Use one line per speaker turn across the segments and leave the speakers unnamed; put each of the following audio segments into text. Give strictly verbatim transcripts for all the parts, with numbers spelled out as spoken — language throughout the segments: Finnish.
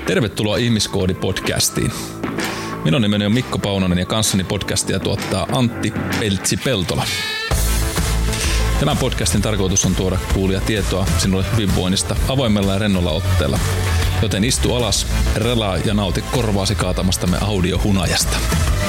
Tervetuloa Ihmiskoodi-podcastiin. Minun nimeni on Mikko Paunonen ja kanssani podcastia tuottaa Antti Peltsi-Peltola. Tämän podcastin tarkoitus on tuoda kuulia tietoa sinulle hyvinvoinnista avoimella ja rennolla otteella. Joten istu alas, relaa ja nauti korvaasi kaatamastamme audiohunajasta.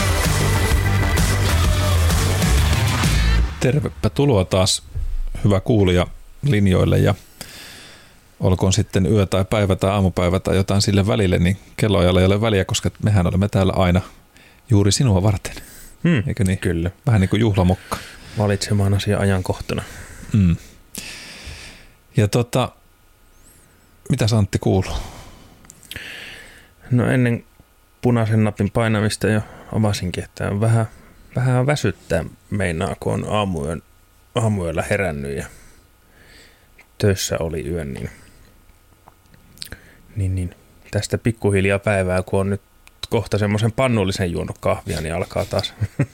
Tervepä tuloa taas, hyvä kuulija, linjoille ja olkoon sitten yö tai päivä tai aamupäivä tai jotain sille välille, niin kelloajalla ei ole väliä, koska mehän olemme täällä aina juuri sinua varten.
Hmm,
Eikö niin?
Kyllä.
Vähän niin kuin juhlamokka.
Valitsemaan asia ajankohtana.
Mm. Ja tota, mitäs Antti kuuluu?
No ennen punaisen napin painamista jo avasinkin, että on vähän, vähän väsyttää meinaa, kun on aamuyön, aamuyöllä herännyt ja töissä oli yön, niin, niin, niin tästä pikkuhiljaa päivää, kun on nyt kohta semmoisen pannullisen juonut kahvia, niin alkaa taas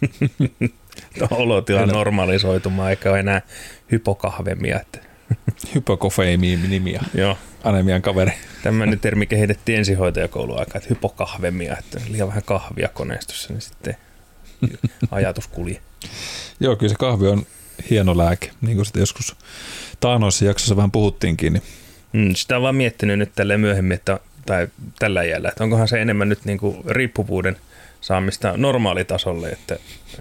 olotila normalisoitumaan, eikä ole enää hypokahvemia.
Hypokofeemi-nimiä.
Joo.
Anemian kaveri.
Tämmöinen termi kehitettiin ensihoitajakoulun aikaa, että hypokahvemia, että liian vähän kahvia koneistossa, niin sitten ajatus kulje.
Joo, kyllä se kahvi on hieno lääke, niin kuin sitten joskus taanoissa jaksossa vähän puhuttiinkin. Niin.
Mm, sitä on vaan miettinyt nyt tälleen myöhemmin, että, tai tällä iällä, että onkohan se enemmän nyt niin kuin riippuvuuden saamista normaalitasolle, että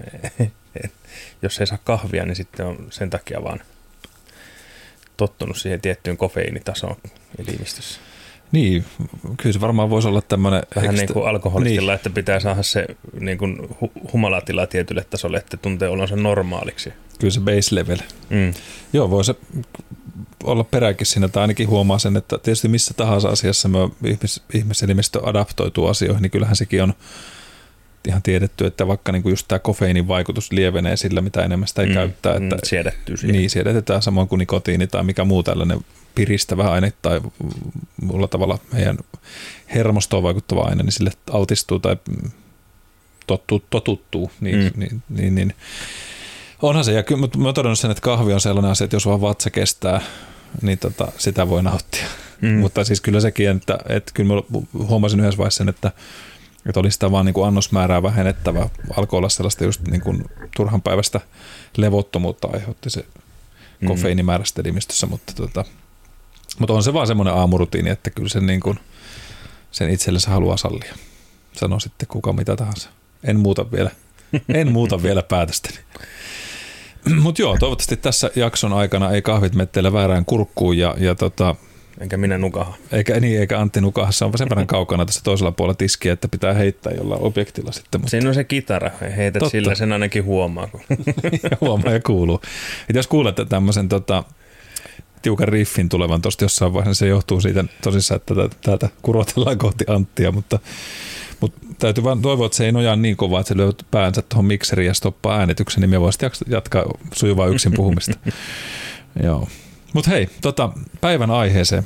jos ei saa kahvia, niin sitten on sen takia vaan tottunut siihen tiettyyn kofeiinitasoon elimistössä.
Niin, kyllä se varmaan voisi olla tämmöinen...
Vähän niin kuin alkoholistilla,
niin.
Että pitää saada se niin kuin humalatila tietylle tasolle, että tuntee olonsa normaaliksi.
Kyllä se base level.
Mm.
Joo, voi se olla perääkin siinä, tai ainakin huomaa sen, että tietysti missä tahansa asiassa me ihmis, ihmiselimistö adaptoituu asioihin, niin kyllähän sekin on ihan tiedetty, että vaikka niinku just tämä kofeiinin vaikutus lievenee sillä, mitä enemmän sitä ei mm, käyttää. Että,
mm, siedettyy siihen.
Niin, siedetään samoin kuin nikotiini tai mikä muu tällainen piristävä aine tai muulla tavalla meidän hermostoon vaikuttava aine, niin sille altistuu tai tottuu, totuttuu. Niin, mm. niin, niin, niin. Onhan se, ja kyllä mä oon todennut sen, että kahvi on sellainen asia, että jos vaan vatsa kestää, niin tota, sitä voi nauttia. Mm. Mutta siis kyllä sekin, että, että kyllä mä huomasin yhdessä vaiheessa sen, että että olisi sitä vaan niin kuin annosmäärää vähennettävä. Alkoi olla sellaista just niin kuin turhan päivästä levottomuutta aiheutti se kofeiinimäärä elimistössä, mutta, tota, mutta on se vaan semmoinen aamurutiini, että kyllä sen, niin kuin, sen itsellensä haluaa sallia. Sano sitten kuka mitä tahansa. En muuta vielä, en muuta vielä päätöstäni. Mutta joo, toivottavasti tässä jakson aikana ei kahvit mene teille väärään kurkkuun ja, ja tota,
Enkä minä nukaha.
Eikä, niin, eikä Antti nukaha. Se on sen verran kaukana tässä toisella puolella tiskiä, että pitää heittää jollain objektilla sitten. Mutta...
Siinä on se kitara. Heität Totta. Sillä, sen ainakin huomaa. Kun...
huomaa ja kuuluu. Et jos kuulette tämmöisen tota, tiukan riffin tulevan tuosta jossain vaiheessa, se johtuu siitä tosissaan, että täältä, täältä kurotellaan kohti Anttia, mutta, mutta täytyy vaan toivoa, että se ei nojaa niin kovaa, että se lyö päänsä tuohon mikseriin ja stoppaa äänityksen, niin me voisit jatkaa sujuvaa yksin puhumista. Joo. Mutta hei, tota, päivän aiheeseen.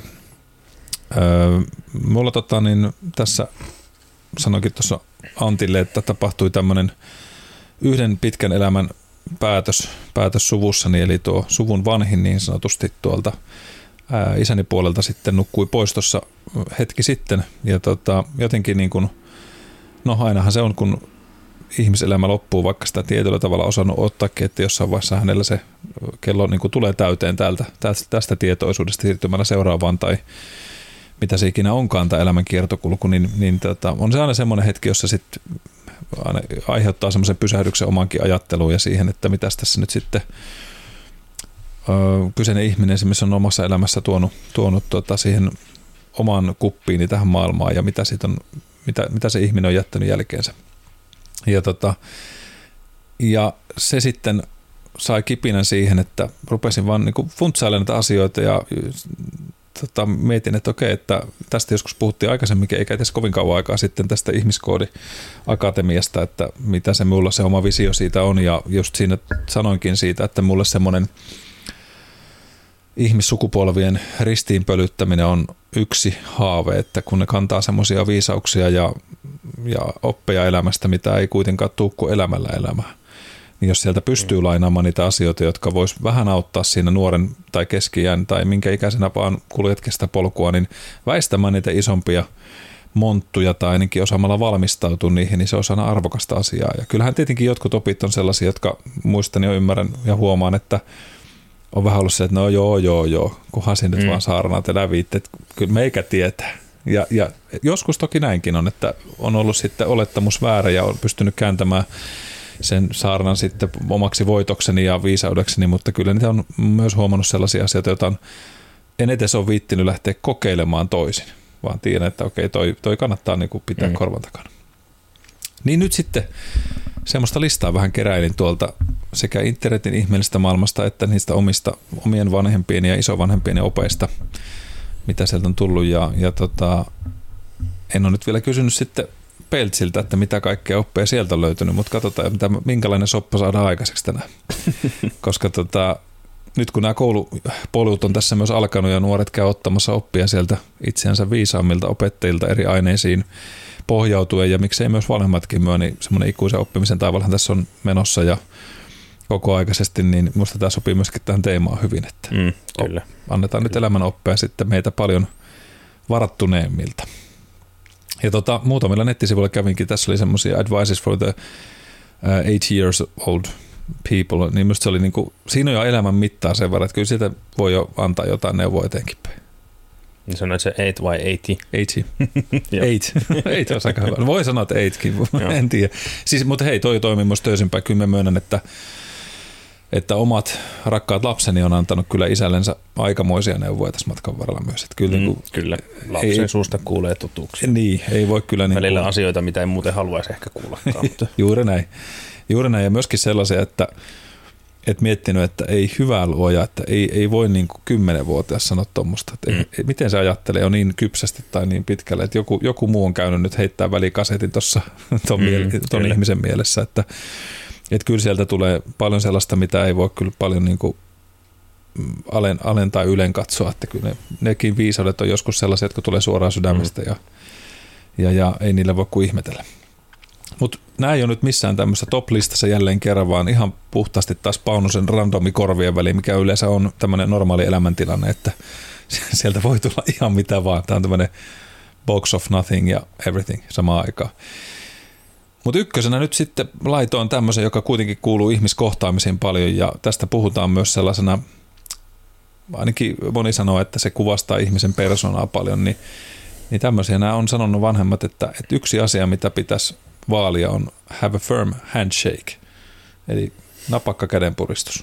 Öö, mulla tota, niin, tässä sanoinkin tuossa Antille, että tapahtui tämmöinen yhden pitkän elämän päätös, päätös suvussani, eli tuo suvun vanhin niin sanotusti tuolta ää, isäni puolelta sitten nukkui pois tuossa hetki sitten. Ja tota, jotenkin niin kuin, no ainahan se on, kun ihmiselämä loppuu, vaikka sitä tietyllä tavalla osannut ottaakin, että jossain vaiheessa hänellä se kello niin kuin tulee täyteen täältä, tästä tietoisuudesta siirtymällä seuraavaan tai mitä se ikinä onkaan tämä elämän kiertokulku, niin, niin tota, on se aina semmoinen hetki, jossa sitten aiheuttaa semmoisen pysähdyksen omankin ajatteluun ja siihen, että mitäs tässä nyt sitten ö, kyseinen ihminen esimerkiksi on omassa elämässä tuonut, tuonut tota, siihen oman kuppiini tähän maailmaan ja mitä, siitä on, mitä, mitä se ihminen on jättänyt jälkeensä. Ja, tota, ja se sitten sai kipinän siihen, että rupesin vaan niin kuin funtsailemaan näitä asioita ja tota, mietin, että okei, että tästä joskus puhuttiin aikaisemminkin, eikä edes kovin kauan aikaa sitten tästä ihmiskoodiakatemiasta, että mitä se mulla se oma visio siitä on ja just siinä sanoinkin siitä, että mulle semmoinen ihmissukupolvien ristiinpölyttäminen on yksi haave, että kun ne kantaa semmoisia viisauksia ja, ja oppeja elämästä, mitä ei kuitenkaan tule kuin elämällä elämää, niin jos sieltä pystyy lainaamaan niitä asioita, jotka vois vähän auttaa siinä nuoren tai keski-iän tai minkä ikäisenä vaan kuljetkin sitä polkua, niin väistämään niitä isompia monttuja tai ainakin osaamalla valmistautua niihin, niin se on aina arvokasta asiaa. Ja kyllähän tietenkin jotkut opit on sellaisia, jotka muistan ja ymmärrän ja huomaan, että on vähän ollut se, että no joo, joo, joo, kunhan sinne mm. vaan saarnaat ja läviitte, että kyllä meikä tietää. Ja, ja joskus toki näinkin on, että on ollut sitten olettamus väärä ja on pystynyt kääntämään sen saarnan sitten omaksi voitokseni ja viisaudekseni, mutta kyllä niitä on myös huomannut sellaisia asioita, joita on, en edes ole viittinyt lähteä kokeilemaan toisin, vaan tiedän, että okei, toi, toi kannattaa niin kuin pitää mm. korvan takana. Niin nyt sitten semmoista listaa vähän keräilin tuolta sekä internetin ihmeellisestä maailmasta että niistä omista, omien vanhempien ja isovanhempien opeista, mitä sieltä on tullut. Ja, ja tota, en ole nyt vielä kysynyt sitten Peltsiltä, että mitä kaikkea oppeja sieltä on löytynyt, mutta katsotaan, mitä, minkälainen soppa saadaan aikaiseksi tänään. Koska tota, nyt kun nämä koulupolut on tässä myös alkanut ja nuoret käy ottamassa oppia sieltä itseänsä viisaammilta opettajilta eri aineisiin pohjautuen ja miksei myös vanhemmatkin myö, niin semmoinen ikuisen oppimisen taivallahan tässä on menossa ja kokoaikaisesti, niin minusta tämä sopii myöskin tähän teemaan hyvin, että
mm, kyllä.
annetaan kyllä. nyt elämän oppia sitten meitä paljon varattuneemmilta. Ja tota, muutamilla nettisivuilla kävinkin, tässä oli semmoisia advices for the uh, eight years old people, niin minusta se oli niinku, siinä on jo elämän mittaa sen verran, että kyllä siitä voi jo antaa jotain neuvoa eteenkin päin.
Niin sanoit se eight vai eighty?
eighty. eight. eight on aika hyvä. Voi sanoa, että eightkin, en tiedä. Siis, mutta hei, toi toimii myös toisinpäin. Kyllä mä myönnän, että, että omat rakkaat lapseni on antanut kyllä isällensä aikamoisia neuvoja tässä matkan varrella myös. Että kyllä, mm, niin kuin,
kyllä. Lapsen ei, suusta kuulee totuuksia.
Niin, ei voi kyllä.
Välillä
niin
asioita, mitä ei muuten haluaisi ehkä kuullakaan. Mutta.
Juuri näin. Juuri näin. Ja myöskin sellaisia, että et miettinyt, että ei hyvää luoja, että ei, ei voi niin kuin kymmenvuotias sanoa tuommoista, että mm. ei, miten se ajattelee jo niin kypsästi tai niin pitkälle, että joku, joku muu on käynyt nyt heittää välikasetin tuossa ton, mm, ton ihmisen mielessä, että et kyllä sieltä tulee paljon sellaista, mitä ei voi kyllä paljon niin kuin alen, alen tai ylen katsoa, että kyllä ne, nekin viisaudet on joskus sellaisia, jotka tulee suoraan sydämestä mm. ja, ja, ja ei niillä voi kuin ihmetellä. Mutta nämä ei ole nyt missään tämmöisessä top-listassa jälleen kerran, vaan ihan puhtaasti taas Paunusen randomi korvien väliin, mikä yleensä on tämmöinen normaali elämäntilanne, että sieltä voi tulla ihan mitä vaan. Tämä on tämmöinen box of nothing ja everything samaan aikaan. Mutta ykkösenä nyt sitten laitoin tämmöisen, joka kuitenkin kuuluu ihmiskohtaamisiin paljon ja tästä puhutaan myös sellaisena, ainakin moni sanoo, että se kuvastaa ihmisen persoonaa paljon, niin, niin tämmöisiä nämä on sanonut vanhemmat, että, että yksi asia, mitä pitäisi vaalia on have a firm handshake, eli napakka kädenpuristus.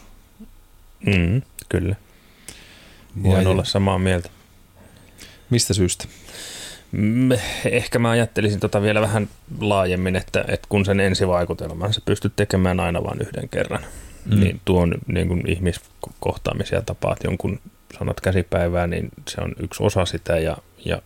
Mm, kyllä. Voin ja olla samaa mieltä.
Mistä syystä?
Ehkä mä ajattelisin tota vielä vähän laajemmin, että, että kun sen ensivaikutelman sä pystyt tekemään aina vain yhden kerran, mm. niin tuon niin kuin ihmiskohtaamisia tapaat jonkun, sanot käsipäivää, niin se on yksi osa sitä ja, ja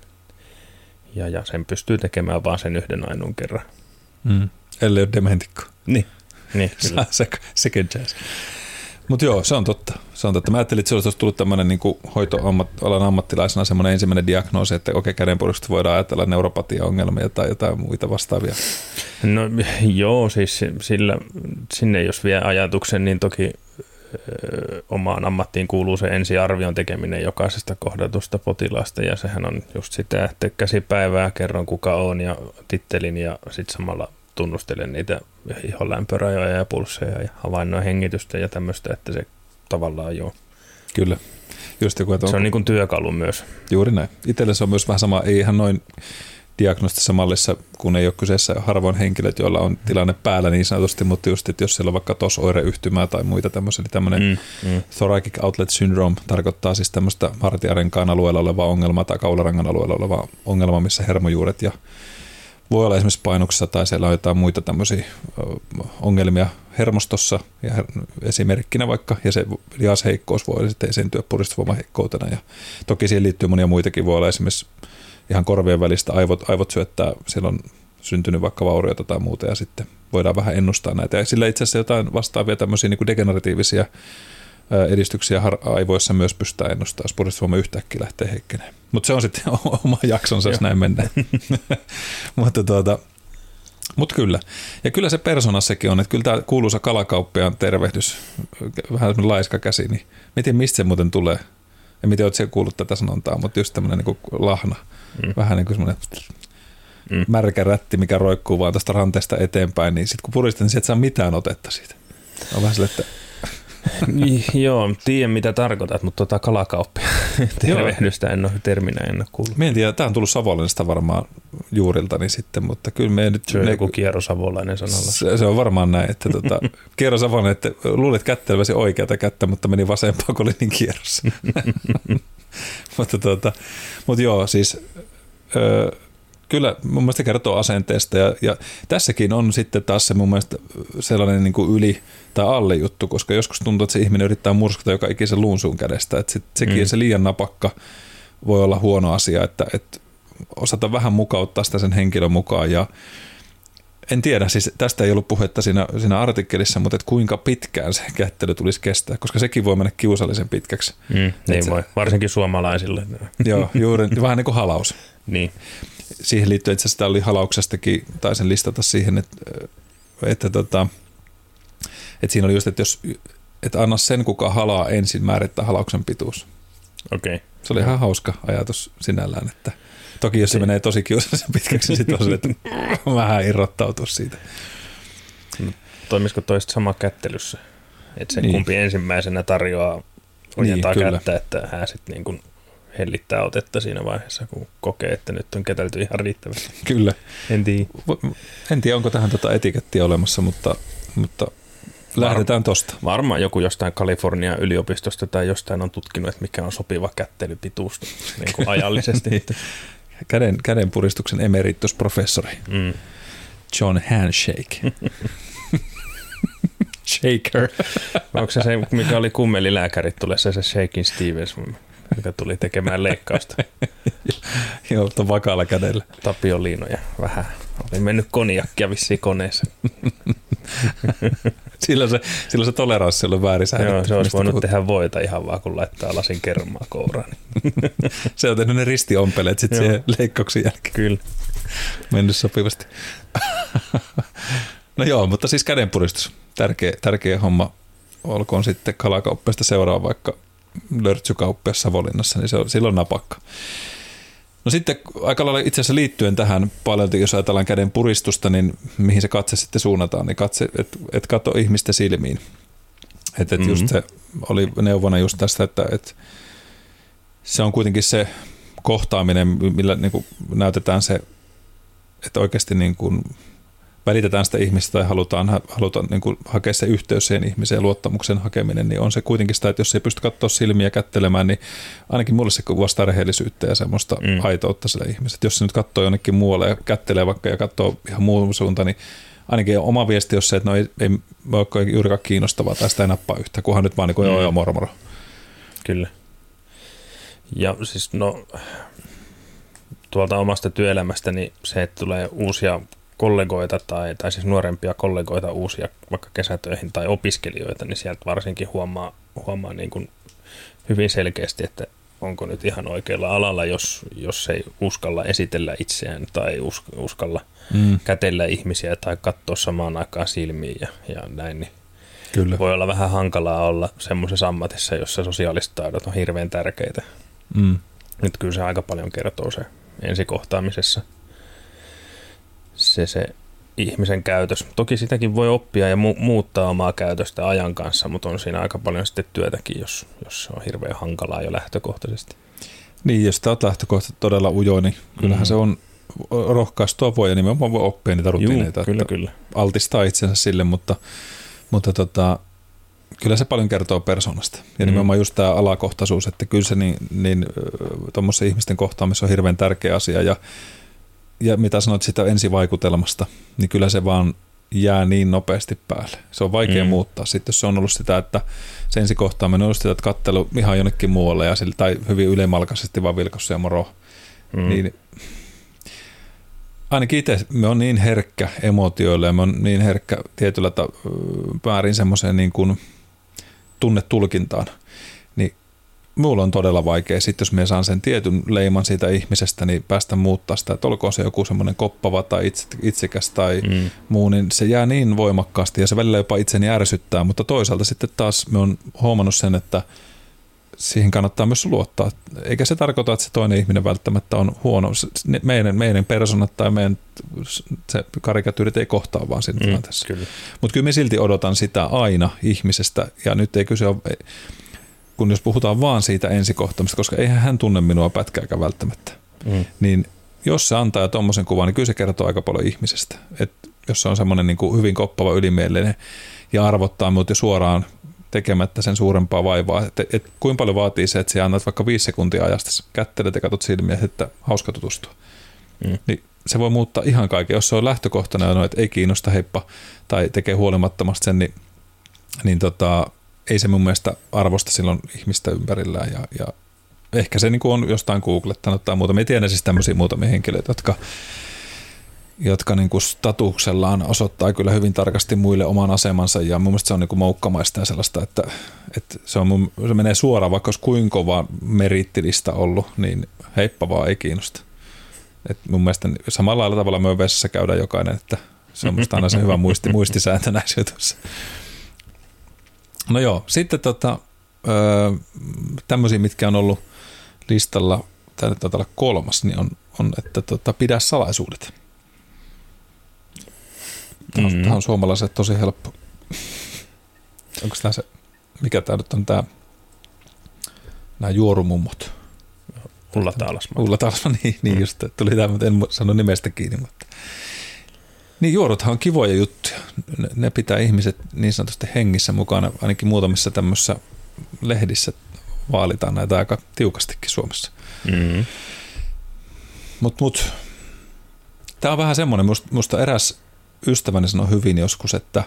Ja, ja sen pystyy tekemään vaan sen yhden ainoan kerran.
Mm. Ellei ole dementikko.
Niin, niin kyllä.
Second chance. Mutta joo, se on totta. Se on totta. Mä ajattelin, että se olisi tullut tämmöinen niin hoitoalan ammattilaisena semmoinen ensimmäinen diagnoosi, että okei, kädenpuristus voidaan ajatella neuropatia-ongelmia tai jotain muita vastaavia.
No joo, siis sillä, sinne jos vie ajatuksen, niin toki ö, omaan ammattiin kuuluu se ensiarvion tekeminen jokaisesta kohdatusta potilaasta ja sehän on just sitä, että käsipäivää kerron kuka on ja tittelin ja sitten samalla tunnustelen niitä ihon lämpörajoja ja pulsseja ja havainnoin hengitystä ja tämmöistä, että se tavallaan joo.
Kyllä. Just joku, että
se on, on niin kuin työkalu myös.
Juuri näin. Itselle se on myös vähän sama, ei ihan noin diagnostisessa mallissa, kun ei ole kyseessä harvoin henkilöt, joilla on tilanne päällä niin sanotusti, mutta just, että jos siellä on vaikka tos oireyhtymää tai muita tämmöisiä, niin tämmöinen mm, mm. thoracic outlet syndrome tarkoittaa siis tämmöistä hartiarenkaan alueella olevaa ongelmaa tai kaularangan alueella olevaa ongelmaa, missä hermojuuret ja voi olla esimerkiksi painoksessa tai siellä on jotain muita tämmöisiä ongelmia hermostossa ja her- esimerkkinä vaikka, ja se lihasheikkous voi sitten esiintyä puristusvoimaheikkoutena ja toki siihen liittyy monia muitakin, voi olla esimerkiksi ihan korvien välistä aivot, aivot syöttää, siellä on syntynyt vaikka vaurioita tai muuta ja sitten voidaan vähän ennustaa näitä ja sillä itse asiassa jotain vastaavia tämmöisiä niin kuin degeneratiivisia edistyksiä aivoissa myös pystytään ennustamaan, jos puristusvoima yhtäkkiä lähtee heikkeneen. Mutta se on sitten oma jaksonsa, jos näin mennään. mutta, tuota, mutta kyllä. Ja kyllä se persoonassakin on, että kyllä tämä kuuluisa kalakauppiaan tervehdys, vähän semmoinen laiska käsi, niin miten mistä se muuten tulee? Ja miten olet siellä kuullut tätä sanontaa, mutta just tämmöinen niin kuin lahna. mm. vähän niin kuin semmoinen mm. märkä rätti, mikä roikkuu vaan tästä ranteesta eteenpäin, niin sitten kun puristat, niin sieltä saa mitään otetta siitä. On vähän sille, että
joo, tiedän mitä tarkoitat, mutta tota kalakauppia tervehdystä en ole terminä en ole kuullut.
Mie en tiedä, tämä on tullut Savonlinnasta varmaan juuriltani sitten, mutta kyllä me nyt...
Se on
ne,
joku kierrosavolainen sanalla.
Se, se on varmaan näin, että tota, kierrosavolainen, että luulit kätteleväsi oikeata kättä, mutta meni vasempaa, kun oli niin kierrossa. mutta, tota, mutta joo, siis... Öö, kyllä mun mielestä kertoo asenteesta ja, ja tässäkin on sitten taas se mun mielestä sellainen niin kuin yli tai alle juttu, koska joskus tuntuu, että se ihminen yrittää murskata joka ikisen luun suun kädestä, että sit, sekin mm. se liian napakka voi olla huono asia, että, että osata vähän mukauttaa sitä sen henkilön mukaan ja en tiedä, siis tästä ei ollut puhetta siinä, siinä artikkelissa, mutta että kuinka pitkään se kättely tulisi kestää, koska sekin voi mennä kiusallisen pitkäksi.
Mm, niin voi, varsinkin suomalaisille.
Joo, juuri, vähän niin kuin halaus.
Niin.
Siihen liittyy itse asiassa, sitä oli halauksestakin, taisin listata siihen, että, että, tota, että siinä oli just, että jos että anna sen, kuka halaa ensin, määrittää halauksen pituus.
Okei. Okay.
Se oli ihan hauska ajatus sinällään, että toki jos se menee tosi kiusallisen pitkäksi, niin sitten on se, että vähän irrottautua siitä.
No, toimisiko toista sama kättelyssä? Että se
niin.
kumpi ensimmäisenä tarjoaa ojentaa niin, kättä, että hän sitten niin kuin hellittää otetta siinä vaiheessa, kun kokee, että nyt on kätelty ihan riittävästi.
Kyllä.
En tiedä.
En tiedä, onko tähän tota etikettiä olemassa, mutta, mutta lähdetään tosta.
Varmaan joku jostain Kalifornian yliopistosta tai jostain on tutkinut, että mikä on sopiva kättelypituus niin kuin ajallisesti.
niin. Käden, kädenpuristuksen emeritusprofessori. Mm. John Handshake. Shaker.
Onko se se, mikä oli kummelilääkärit tulessa, se Shaking Stevens, mikä tuli tekemään leikkausta?
Joo, mutta vakaalla kädellä.
Tapio Liinoja vähän. Oli mennyt konjakkia vissiin koneessa.
silloin, se, silloin se toleranssi oli väärin säädetty.
Joo, se olisi voinut puhut. tehdä voita ihan vaan, kun laittaa lasin kermaa kouraan.
Se on tehnyt ne ristiompeleet sitten siihen leikkauksen jälkeen.
Kyllä.
Mennyt sopivasti. No joo, mutta siis kädenpuristus. Tärkeä, tärkeä homma. Olkoon sitten kalakauppiasta seuraa vaikka lörtsykauppiassa Savonlinnassa, niin se on silloin napakka. No sitten aika lailla itse asiassa liittyen tähän paljon, jos ajatellaan käden puristusta, niin mihin se katse sitten suunnataan, niin katse, että et katso ihmisten silmiin. Että et mm-hmm. just se oli neuvona just tästä, että et se on kuitenkin se kohtaaminen, millä niin kuin näytetään se, että oikeasti niin kuin välitetään sitä ihmistä tai halutaan, halutaan niin kuin hakea se yhteys siihen ihmiseen ja luottamuksen hakeminen, niin on se kuitenkin sitä, että jos ei pysty katsoa silmiä kättelemään, niin ainakin mulle se kuvastaa rehellisyyttä ja semmoista mm. aitoutta sille ihmiselle. Jos se nyt katsoo jonnekin muualle ja kättelee vaikka ja katsoo ihan muuhun suuntaan, niin ainakin oma viesti on se, että no ei, ei ole juurikaan kiinnostavaa tai sitä ei nappaa yhtä, kunhan nyt vaan niin kuin mm. joo joo moro moro.
Kyllä. Ja siis no tuolta omasta työelämästä, niin se, että tulee uusia kollegoita tai, tai siis nuorempia kollegoita uusia vaikka kesätöihin tai opiskelijoita, niin sieltä varsinkin huomaa, huomaa niin kuin hyvin selkeästi, että onko nyt ihan oikealla alalla, jos, jos ei uskalla esitellä itseään tai us, uskalla mm. kätellä ihmisiä tai katsoa samaan aikaan silmiin ja, ja näin, niin kyllä. Voi olla vähän hankalaa olla semmoisessa ammatissa, jossa sosiaaliset taidot on hirveän tärkeitä. Mm. Nyt kyllä se aika paljon kertoo se ensikohtaamisessa. Se, se ihmisen käytös. Toki sitäkin voi oppia ja mu- muuttaa omaa käytöstä ajan kanssa, mutta on siinä aika paljon sitten työtäkin, jos, jos se on hirveän hankalaa jo lähtökohtaisesti.
Niin, jos tämä on lähtökohtaisesti todella ujo, niin kyllähän mm. se on rohkaistua voi ja nimenomaan voi oppia niitä rutiineita.
Juu, kyllä, kyllä.
Altistaa itsensä sille, mutta, mutta tota, kyllä se paljon kertoo persoonasta. Ja nimenomaan mm. just tämä alakohtaisuus, että kyllä se niin, niin tuommoisen ihmisten kohtaamissa on hirveän tärkeä asia ja Ja mitä sanoit sitä ensivaikutelmasta, niin kyllä se vaan jää niin nopeasti päälle. Se on vaikea mm. muuttaa. Sitten jos se on ollut sitä, että se ensikohtaaminen on ollut sitä, että katselu ihan jonnekin muualle ja sille, tai hyvin ylimalkaisesti vaan vilkossa ja moro, mm. niin ainakin itse me on niin herkkä emootioille ja me on niin herkkä tietyllä määrin semmoiseen niin kuin tunnetulkintaan, niin mulla on todella vaikea, sitten jos me saan sen tietyn leiman siitä ihmisestä, niin päästä muuttaa sitä, että olkoon se joku semmoinen koppava tai itsekäs tai mm. muu, niin se jää niin voimakkaasti ja se välillä jopa itseni ärsyttää, mutta toisaalta sitten taas me on huomannut sen, että siihen kannattaa myös luottaa. Eikä se tarkoita, että se toinen ihminen välttämättä on huono. Meidän, meidän persoonat tai meidän se karikatyyrit ei kohtaa vaan siinä mm, tilanteessa. Mutta kyllä mä silti odotan sitä aina ihmisestä. Ja nyt ei kyse ole, kun jos puhutaan vaan siitä ensikohtaamista, koska eihän hän tunne minua pätkääkään välttämättä. Mm. Niin jos se antaa jo tommosen kuvan, niin kyllä se kertoo aika paljon ihmisestä. Et jos se on semmoinen niin kuin hyvin koppava, ylimielinen ja arvottaa minut jo suoraan tekemättä sen suurempaa vaivaa. Et, et, kuinka paljon vaatii se, että sä annat vaikka viisi sekuntia ajasta, kättelet ja katsot silmiä, että hauska tutustua. Mm. Niin se voi muuttaa ihan kaiken. Jos se on lähtökohtana, että ei kiinnosta heippa tai tekee huolimattomasti sen, niin, niin tota, ei se mun mielestä arvosta silloin ihmistä ympärillään. Ja, ja ehkä se niin kuin on jostain googlettanut tai muuta. Me tiedän siis tämmöisiä muutamia henkilöitä, jotka jotka niin kuin statuksellaan osoittaa kyllä hyvin tarkasti muille oman asemansa, ja mun mielestä se on niin kuin moukkamaista ja sellaista, että, että se, on mun, se menee suoraan, vaikka olisi kuinka kova merittilista ollut, niin heippa vaan ei kiinnosta. Et mun mielestä samalla lailla tavalla me vessassa käydään jokainen, että se on musta aina se hyvä muisti, muistisääntö näissä jutuissa. No joo, sitten tota, tämmöisiä, mitkä on ollut listalla, tämä nyt taitaa olla kolmas, niin on, on että tota, pidä salaisuudet. Tämä on, mm. tämä on suomalaiselle tosi helppo. Onko tämä se, mikä tämä nyt on tämä, nämä juorumummot?
Ulla Taalasma.
Ulla Taalasma, niin, niin mm. just, tuli tämä, mutta en sano nimestä kiinni. Mutta. Niin juoruthan on kivoja juttuja. Ne, ne pitää ihmiset niin sanotusti hengissä mukana, ainakin muutamissa tämmöisissä lehdissä vaalitaan näitä aika tiukastikin Suomessa. Mm. Mutta mut, tämä on vähän semmoinen, musta, musta eräs ystäväni sanoi hyvin joskus, että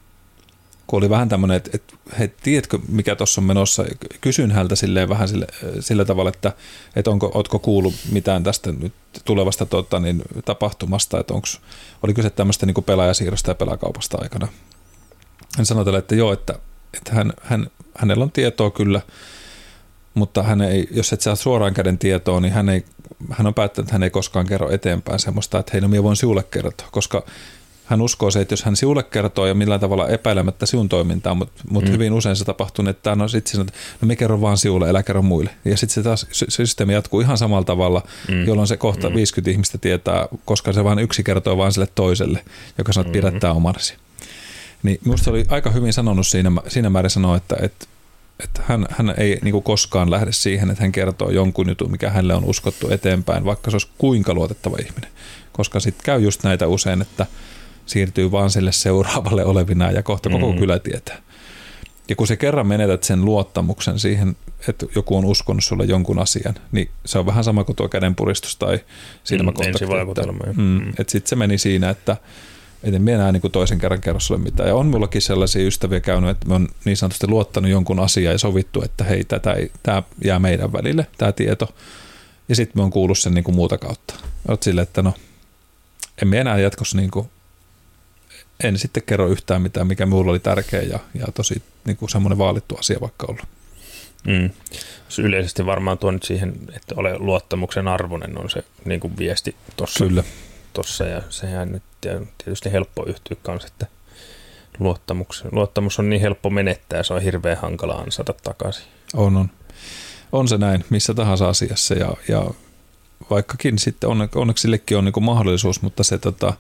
kun oli vähän tämmöinen, että, että hei, tiedätkö mikä tuossa on menossa, kysyn häneltä silleen vähän sille, sillä tavalla, että, että onko, ootko kuullut mitään tästä nyt tulevasta tota, niin, tapahtumasta, että onko, oli kyse tämmöistä niin kuin pelaajasiirrosta ja pelaakaupasta aikana. Hän sanoi, että joo, että, että hän, hän, hänellä on tietoa kyllä, mutta hän ei, jos et saa suoraan käden tietoa, niin hän, ei, hän on päättänyt, että hän ei koskaan kerro eteenpäin semmoista, että hei, no minä voin sinulle kertoa, koska hän uskoo se, että jos hän sinulle kertoo ja millään tavalla epäilemättä sinun toimintaa, mutta mut mm. hyvin usein se tapahtuu, että no sitten sanoo, että no me kerron vaan sinulle, älä kerro muille. Ja sitten se taas systeemi jatkuu ihan samalla tavalla, mm. jolloin se kohta mm. viisikymmentä ihmistä tietää, koska se vain yksi kertoo vain sille toiselle, joka sanoo, että pidä tämä omanasi. Niin minusta oli aika hyvin sanonut siinä, siinä määrin sanoa, että, että, että hän, hän ei niin kuin koskaan lähde siihen, että hän kertoo jonkun jutun, mikä hänelle on uskottu eteenpäin, vaikka se olisi kuinka luotettava ihminen. Koska sitten käy just näitä usein, että siirtyy vaan sille seuraavalle olevina ja kohta koko mm. kylä tietää. Ja kun se kerran menetät sen luottamuksen siihen, että joku on uskonut sulle jonkun asian, niin se on vähän sama kuin tuo kädenpuristus tai silmäkontakti. Mm, ensivaikutelma. Mm, mm. Että sitten se meni siinä, että et en minä enää niin kuin toisen kerran kerro sulle mitään. Ja on mullakin sellaisia ystäviä käynyt, että me on niin sanotusti luottanut jonkun asian ja sovittu, että hei, tämä jää meidän välille, tämä tieto. Ja sitten me on kuullut sen niin kuin muuta kautta. Olet silleen, että no, en minä enää jatkossa niin kuin en sitten kerro yhtään mitään, mikä minulla oli tärkeä ja, ja tosi niin kuin semmoinen vaalittu asia vaikka ollut.
Mm. Yleisesti varmaan tuo nyt siihen, että ole luottamuksen arvoinen on se niin kuin viesti tuossa.
Kyllä.
Tossa, ja sehän nyt tietysti helppo yhtyä kanssa, että luottamus, luottamus on niin helppo menettää ja se on hirveän hankala ansata takaisin.
On, on. On se näin missä tahansa asiassa ja, ja vaikkakin sitten onne, onneksi sillekin on niin kuin mahdollisuus, mutta se tota,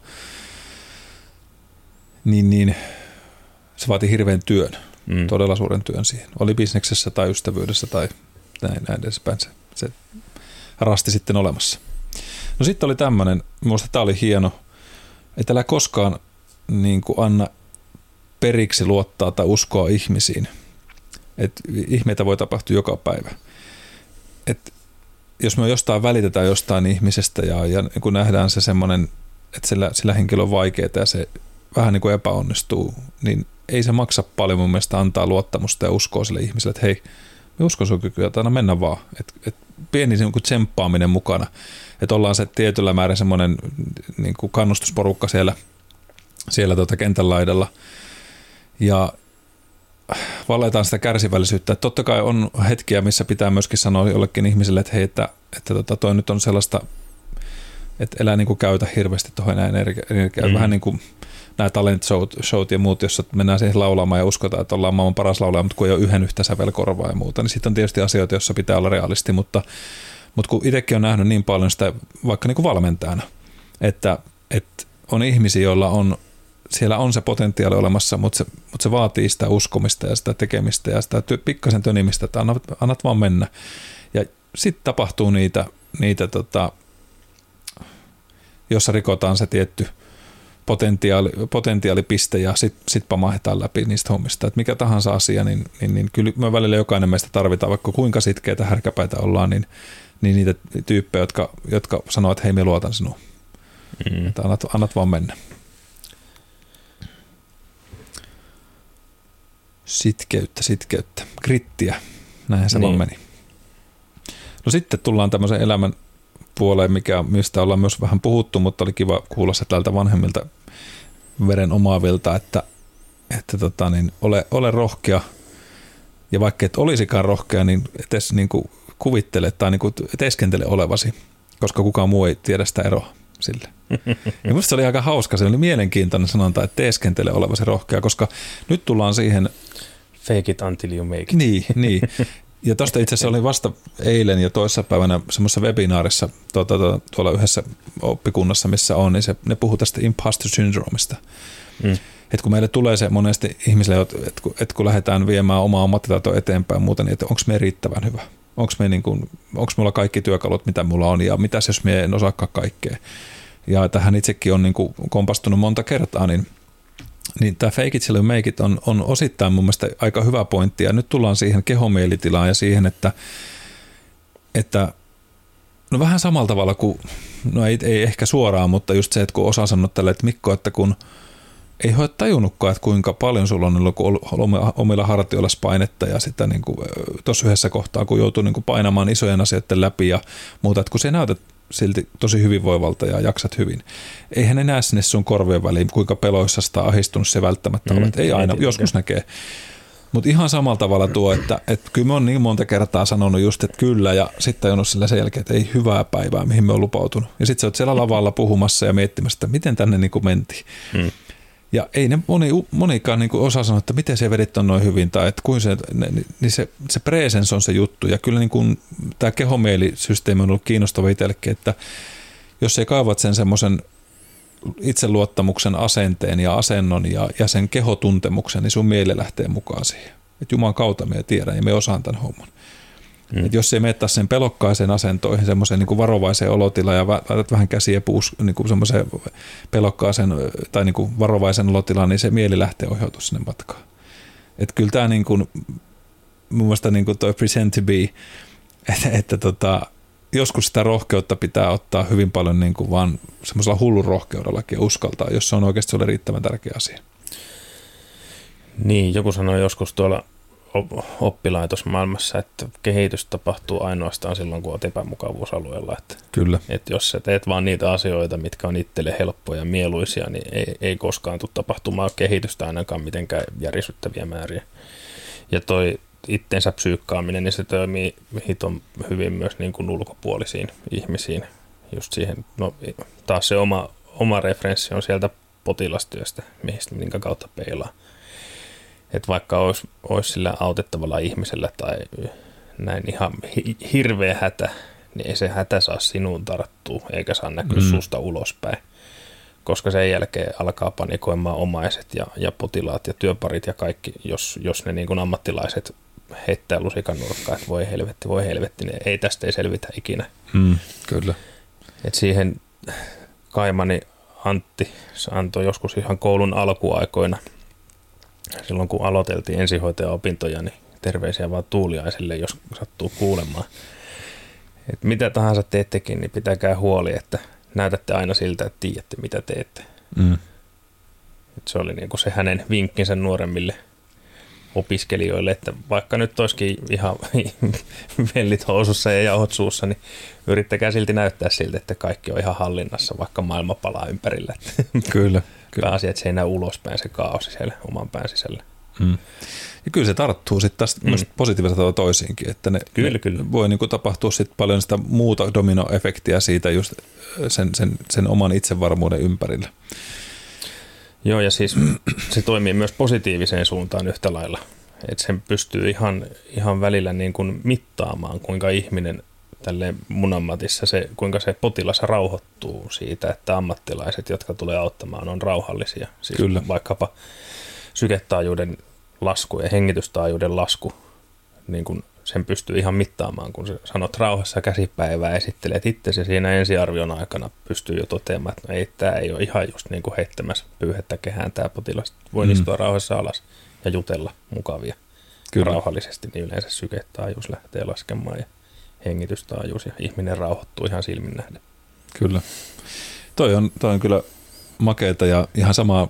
niin, niin, se vaatii hirveän työn, mm. todella suuren työn siihen. Oli bisneksessä tai ystävyydessä tai näin, näin edespäin se, se rasti sitten olemassa. No sitten oli tämmöinen, minusta tämä oli hieno, että älä koskaan niin kuin anna periksi luottaa tai uskoa ihmisiin. Että ihmeitä voi tapahtua joka päivä. Et jos me jostain välitetään jostain ihmisestä ja, ja kun nähdään se semmoinen, että sillä, sillä henkilö on vaikeaa ja se vähän niin kuin epäonnistuu, niin ei se maksa paljon mun mielestä antaa luottamusta ja uskoa sille ihmiselle, että hei, me uskon sun kykyä, että aina mennä vaan. Et, et pieni niin kuin tsemppaaminen mukana, että ollaan se tietyllä määrin semmoinen niin kuin kannustusporukka siellä, siellä tuota kentän laidalla ja valetaan sitä kärsivällisyyttä. Että totta kai on hetkiä, missä pitää myöskin sanoa jollekin ihmiselle, että hei, että, että tota, toi nyt on sellaista, että elää niin kuin käytä hirveästi tuohon energiaa. Mm. Vähän niin kuin, nämä talent showt, showt ja muut, jossa mennään siihen laulamaan ja uskotaan, että ollaan maailman paras laulaja, mutta kun ei ole yhden yhtä sävelkorvaa ja muuta, niin sitten on tietysti asioita, joissa pitää olla realisti, mutta, mutta kun itsekin on nähnyt niin paljon sitä vaikka niin kuin valmentajana, että, että on ihmisiä, joilla on, siellä on se potentiaali olemassa, mutta se, mutta se vaatii sitä uskomista ja sitä tekemistä ja sitä pikkasen tönimistä, että annat, annat vaan mennä. Ja sitten tapahtuu niitä, niitä tota, jossa rikotaan se tietty potentiaali, potentiaalipiste ja sitten sit pamahdetaan läpi niistä hommista. Et mikä tahansa asia, niin, niin, niin kyllä me välillä jokainen meistä tarvitaan, vaikka kuinka sitkeitä härkäpäitä ollaan, niin, niin niitä tyyppejä, jotka, jotka sanoo, että hei, me luotan sinuun. Mm. Että annat, annat vaan mennä. Sitkeyttä, sitkeyttä. Grittiä. Näinhän se niin. vaan meni. No sitten tullaan tämmöisen elämän puoleen, mikä, mistä ollaan myös vähän puhuttu, mutta oli kiva kuulla se tältä vanhemmilta veren omaavilta, että, että tota, niin ole, ole rohkea. Ja vaikka et olisikaan rohkea, niin etes niin kuin kuvittele tai niin kuin teeskentele olevasi, koska kukaan muu ei tiedä sitä eroa sille. Ja musta se oli aika hauska, se oli mielenkiintoinen sanonta, että teeskentele olevasi rohkea, koska nyt tullaan siihen...
Fake it until you make it.
Niin, niin. Ja tuosta itse asiassa oli vasta eilen ja toissapäivänä semmoisessa webinaarissa tuota, tuolla yhdessä oppikunnassa, missä on, niin se, ne puhuu tästä imposter syndroomista. Mm. Että kun meille tulee se monesti ihmisille, että kun, että kun lähdetään viemään omaa ammattitaitoa eteenpäin ja muuta, niin että onko me riittävän hyvä? Onko me niin kuin, onko mulla kaikki työkalut, mitä mulla on, ja mitäs jos me en osaakaan kaikkea? Ja tähän itsekin on niin kuin kompastunut monta kertaa, niin, niin tämä fake it till you make it on, on osittain mun mielestä aika hyvä pointti, ja nyt tullaan siihen kehomielitilaan ja siihen, että, että no vähän samalla tavalla kuin, no ei, ei ehkä suoraan, mutta just se, että kun osaa sanoa tälle, että Mikko, että kun ei ole tajunnutkaan, että kuinka paljon sulla on ollut omilla hartioilla painetta ja sitä niin kuin tuossa yhdessä kohtaa, kun joutuu niin kuin painamaan isojen asioiden läpi ja muuta, että kun se näytät silti tosi hyvinvoivalta ja jaksat hyvin. Eihän ne näe sinne sun korvien väliin, kuinka peloissa sitä ahistunut se välttämättä mm, olet. Ei aina, ei joskus näkee. Mutta ihan samalla tavalla tuo, että, että kyllä mä oon niin monta kertaa sanonut just, että kyllä, ja sitten tajunnut sillä sen jälkeen, että ei hyvää päivää, mihin me on lupautunut. Ja sitten sä oot siellä lavalla puhumassa ja miettimässä, että miten tänne niin kuin mentiin. Mm. Ja ei ne moni, monikaan niin kuin osaa sanoa, että miten se vedit on noin hyvin, tai että kuin se, niin se, se presence on se juttu. Ja kyllä niin kuin tämä kehomielisysteemi on ollut kiinnostava itsellekin, että jos ei kaivat sen semmoisen itseluottamuksen asenteen ja asennon ja, ja sen kehotuntemuksen, niin sun mieli lähtee mukaan siihen. Että Jumalan kautta me tiedän ja me osaan tämän homman. Mm. Et jos ei mene taas sen pelokkaiseen asentoihin, semmoiseen niin kuin varovaiseen olotilaan ja laitat vähän käsiä puus niin kuin semmoiseen pelokkaaseen tai niin kuin varovaisen olotilaan, niin se mieli lähtee ohjautua sinne matkaan. Että kyllä tämä niin kuin, mun mielestä niin kuin toi present to be, että, että tota, joskus sitä rohkeutta pitää ottaa hyvin paljon niin kuin vaan semmoisella hullun rohkeudellakin ja uskaltaa, jos se on oikeasti sulle riittävän tärkeä asia.
Niin, joku sanoi joskus tuolla oppilaitosmaailmassa, että kehitys tapahtuu ainoastaan silloin, kun olet epämukavuusalueella. Että,
Kyllä.
Että jos sä teet vaan niitä asioita, mitkä on itselle helppoja ja mieluisia, niin ei, ei koskaan tule tapahtumaan kehitystä ainakaan mitenkään järisyttäviä määriä. Ja toi itsensä psyykkaaminen, niin se toimii hiton hyvin myös niin kuin ulkopuolisiin ihmisiin. Just siihen, no taas se oma, oma referenssi on sieltä potilastyöstä, minkä kautta peilaa. Että vaikka olisi, olisi sillä autettavalla ihmisellä tai näin ihan hirveä hätä, niin ei se hätä saa sinuun tarttua, eikä saa näkyä mm. susta ulospäin. Koska sen jälkeen alkaa panikoimaan omaiset ja, ja potilaat ja työparit ja kaikki, jos, jos ne niin kuin ammattilaiset heittää lusikan nurkkaan, että voi helvetti, voi helvetti, niin ei tästä ei selvitä ikinä.
Mm, kyllä.
Et siihen Kaimani Antti antoi joskus ihan koulun alkuaikoina, silloin kun aloiteltiin ensihoitajaopintoja, niin terveisiä vaan Tuuliaiselle, jos sattuu kuulemaan. Et mitä tahansa teettekin, niin pitäkää huoli, että näytätte aina siltä, että tiedätte mitä teette. Mm. Et se oli niinku se hänen vinkkinsä nuoremmille opiskelijoille, että vaikka nyt olisikin ihan vellit housussa ja jauhot suussa, niin yrittäkää silti näyttää siltä, että kaikki on ihan hallinnassa, vaikka maailma palaa ympärillä.
Kyllä. Kyllä.
Pääasia, että se ei näy ulospäin se kaosi siellä oman pään sisällä.
Mm. Ja kyllä se tarttuu sitten taas mm. myös positiivisella toisiinkin, että ne,
kyllä,
ne
kyllä.
voi niinku tapahtua sitten paljon sitä muuta dominoefektiä siitä just sen, sen, sen oman itsevarmuuden ympärillä.
Joo, ja siis se toimii myös positiiviseen suuntaan yhtä lailla. Että sen pystyy ihan, ihan välillä niin kuin mittaamaan, kuinka ihminen tälleen mun ammatissa, se, kuinka se potilas rauhoittuu siitä, että ammattilaiset, jotka tulee auttamaan, on rauhallisia. Siis Kyllä. vaikkapa syketaajuuden lasku ja hengitystaajuuden lasku, niin kuin sen pystyy ihan mittaamaan, kun sä sanot rauhassa käsipäivää, esittelet itsesi siinä ensiarvion aikana, pystyy jo toteamaan, että no ei, tämä ei ole ihan just niin kuin heittämässä pyyhettä kehään, tämä potilas voi mm. istua rauhassa alas ja jutella mukavia. Kyllä. Rauhallisesti, niin yleensä syketaajuus lähtee laskemaan ja hengitystaajuus ja ihminen rauhoittuu ihan silmin nähden.
Kyllä. Toi on, toi on kyllä makeeta ja ihan sama,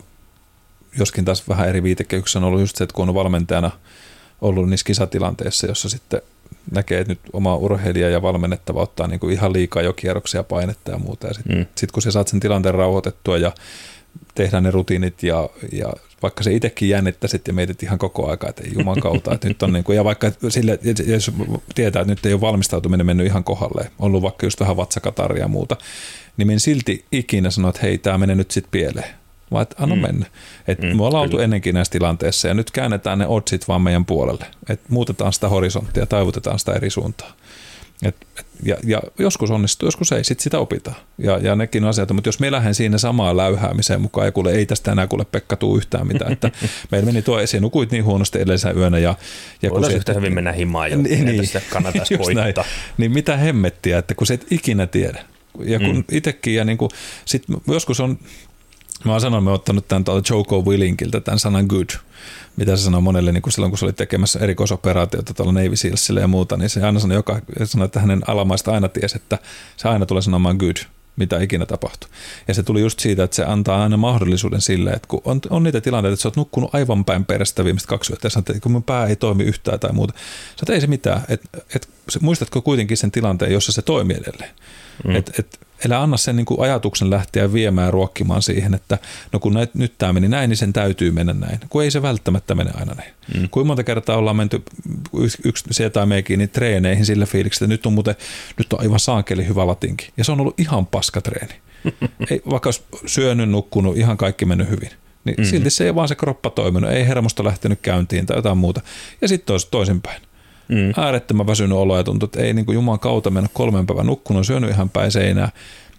joskin taas vähän eri viitekehyksessä on ollut just se, että kun on valmentajana ollut niissä kisatilanteissa, jossa sitten näkee, että nyt oma urheilija ja valmennettava ottaa niin kuin ihan liikaa jo kierroksia, painetta ja muuta. Ja sitten mm. sit kun sä saat sen tilanteen rauhoitettua ja tehdään ne rutiinit ja, ja vaikka se itsekin jännittäisit ja mietit ihan koko aika, että ei juman kautta, että nyt on niin kuin, ja vaikka sille, jos tietää, että nyt ei ole valmistautuminen mennyt ihan kohdalleen, ollut vaikka just vähän vatsakataria ja muuta, niin minä silti ikinä sanoa, että hei, tämä menee nyt sitten pieleen, vaan että anna mm. mennä. Että mm, me ollaan oltu ennenkin näissä tilanteissa ja nyt käännetään ne oddsit vaan meidän puolelle, että muutetaan sitä horisonttia, taivutetaan sitä eri suuntaan. Et, et, ja, ja joskus onnistuu, joskus ei, sit sitä opitaan. Ja, ja nekin asiat, mutta jos me lähden siinä samaan läyhäämiseen mukaan, ja kuule, ei tästä enää kuule Pekka tuu yhtään mitään, että meillä meni tuo esiin, nukuit niin huonosti edellisellä yönä. Ja, ja
voidaan yhtä hyvin mennä himaan jo, niin, niin tästä kannattaisi koittaa.
Niin mitä hemmettiä, että kun sä et ikinä tiedä. Ja kun mm. itsekin, ja niin kun, sit joskus on, mä oon sanonut, mä oon ottanut tämän tuolta Joko Willinkiltä tämän sanan good, mitä se sanoi monelle niin kun silloin, kun se oli tekemässä erikoisoperaatiota tuolla Navy Sealsille ja muuta, niin se aina sanoi, joka, sanoi, että hänen alamaista aina tiesi, että se aina tulee sanomaan good, mitä ikinä tapahtuu. Ja se tuli just siitä, että se antaa aina mahdollisuuden sille, että kun on, on niitä tilanteita, että sä oot nukkunut aivan päin perästä viimeiset kaksi yötä, ja sanot, että kun mun pää ei toimi yhtään tai muuta, sä oot, ei se mitään, että et, muistatko kuitenkin sen tilanteen, jossa se toimii edelleen. Mm. Että et, älä anna sen niin kuin ajatuksen lähteä viemään ja ruokkimaan siihen, että no kun näit, nyt tämä meni näin, niin sen täytyy mennä näin. Kun ei se välttämättä mene aina näin. Mm. Kuinka monta kertaa ollaan menty yksi, yksi sieltä meikin niin treeneihin sillä fiiliksi, että nyt on muuten nyt on aivan saakeli hyvä latinki. Ja se on ollut ihan paska treeni. Ei, vaikka olisi syönyt, nukkunut, ihan kaikki mennyt hyvin. Niin mm. silti se ei vaan se kroppa toiminut, ei hermosto lähtenyt käyntiin tai jotain muuta. Ja sitten toisinpäin. Mm. Äärettömän väsynyt olo ja tuntui, että ei niin kuin Jumalan kautta mennä kolmen päivän nukkunut, syönyt ihan päin seinää.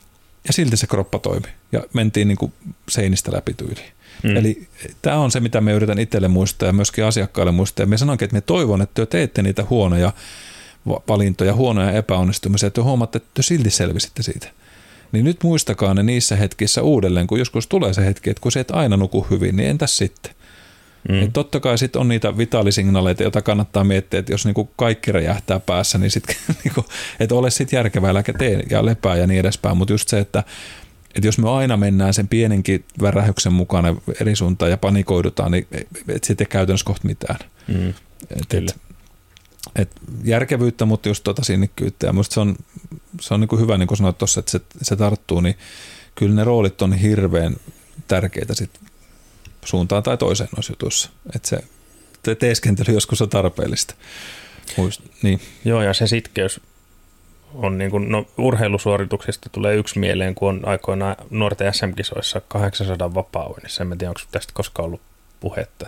Ja silti se kroppa toimi. Ja mentiin niin kuin seinistä läpi tyyliin. Mm. Eli tämä on se, mitä me yritän itselle muistaa ja myöskin asiakkaille muistaa. Ja me sanonkin, että me toivon, että te teette niitä huonoja valintoja, huonoja epäonnistumisia, että te huomaatte, että te silti selvisitte siitä. Niin nyt muistakaa ne niissä hetkissä uudelleen, kun joskus tulee se hetki, että kun se et aina nuku hyvin, niin entäs sitten? Mm. Et totta kai sitten on niitä vitaalisignaaleita, joita kannattaa miettiä, että jos niinku kaikki räjähtää päässä, niin sit, niinku, et ole sitten järkevää, äläkä tee ja lepää ja niin edespäin. Mutta just se, että et jos me aina mennään sen pienenkin värähyksen mukana eri suuntaan ja panikoidutaan, niin et sitten ei käytännössä kohta mitään. Mm. Et, et, et järkevyyttä, mutta just tota sinnikkyyttä. Ja musta se on, se on niinku hyvä, niin kuin sanoit tuossa, että se, se tarttuu, niin kyllä ne roolit on hirveän tärkeitä sitten suuntaan tai toiseen noissa jutuissa. Että se te- teeskentely joskus on tarpeellista. Muist, niin.
Joo, ja se sitkeys on niin kuin, no, urheilusuorituksista tulee yksi mieleen, kun on aikoinaan nuorten S M-kisoissa kahdeksansadan vapaa-uinnissa. En tiedä, onko tästä koskaan ollut puhetta.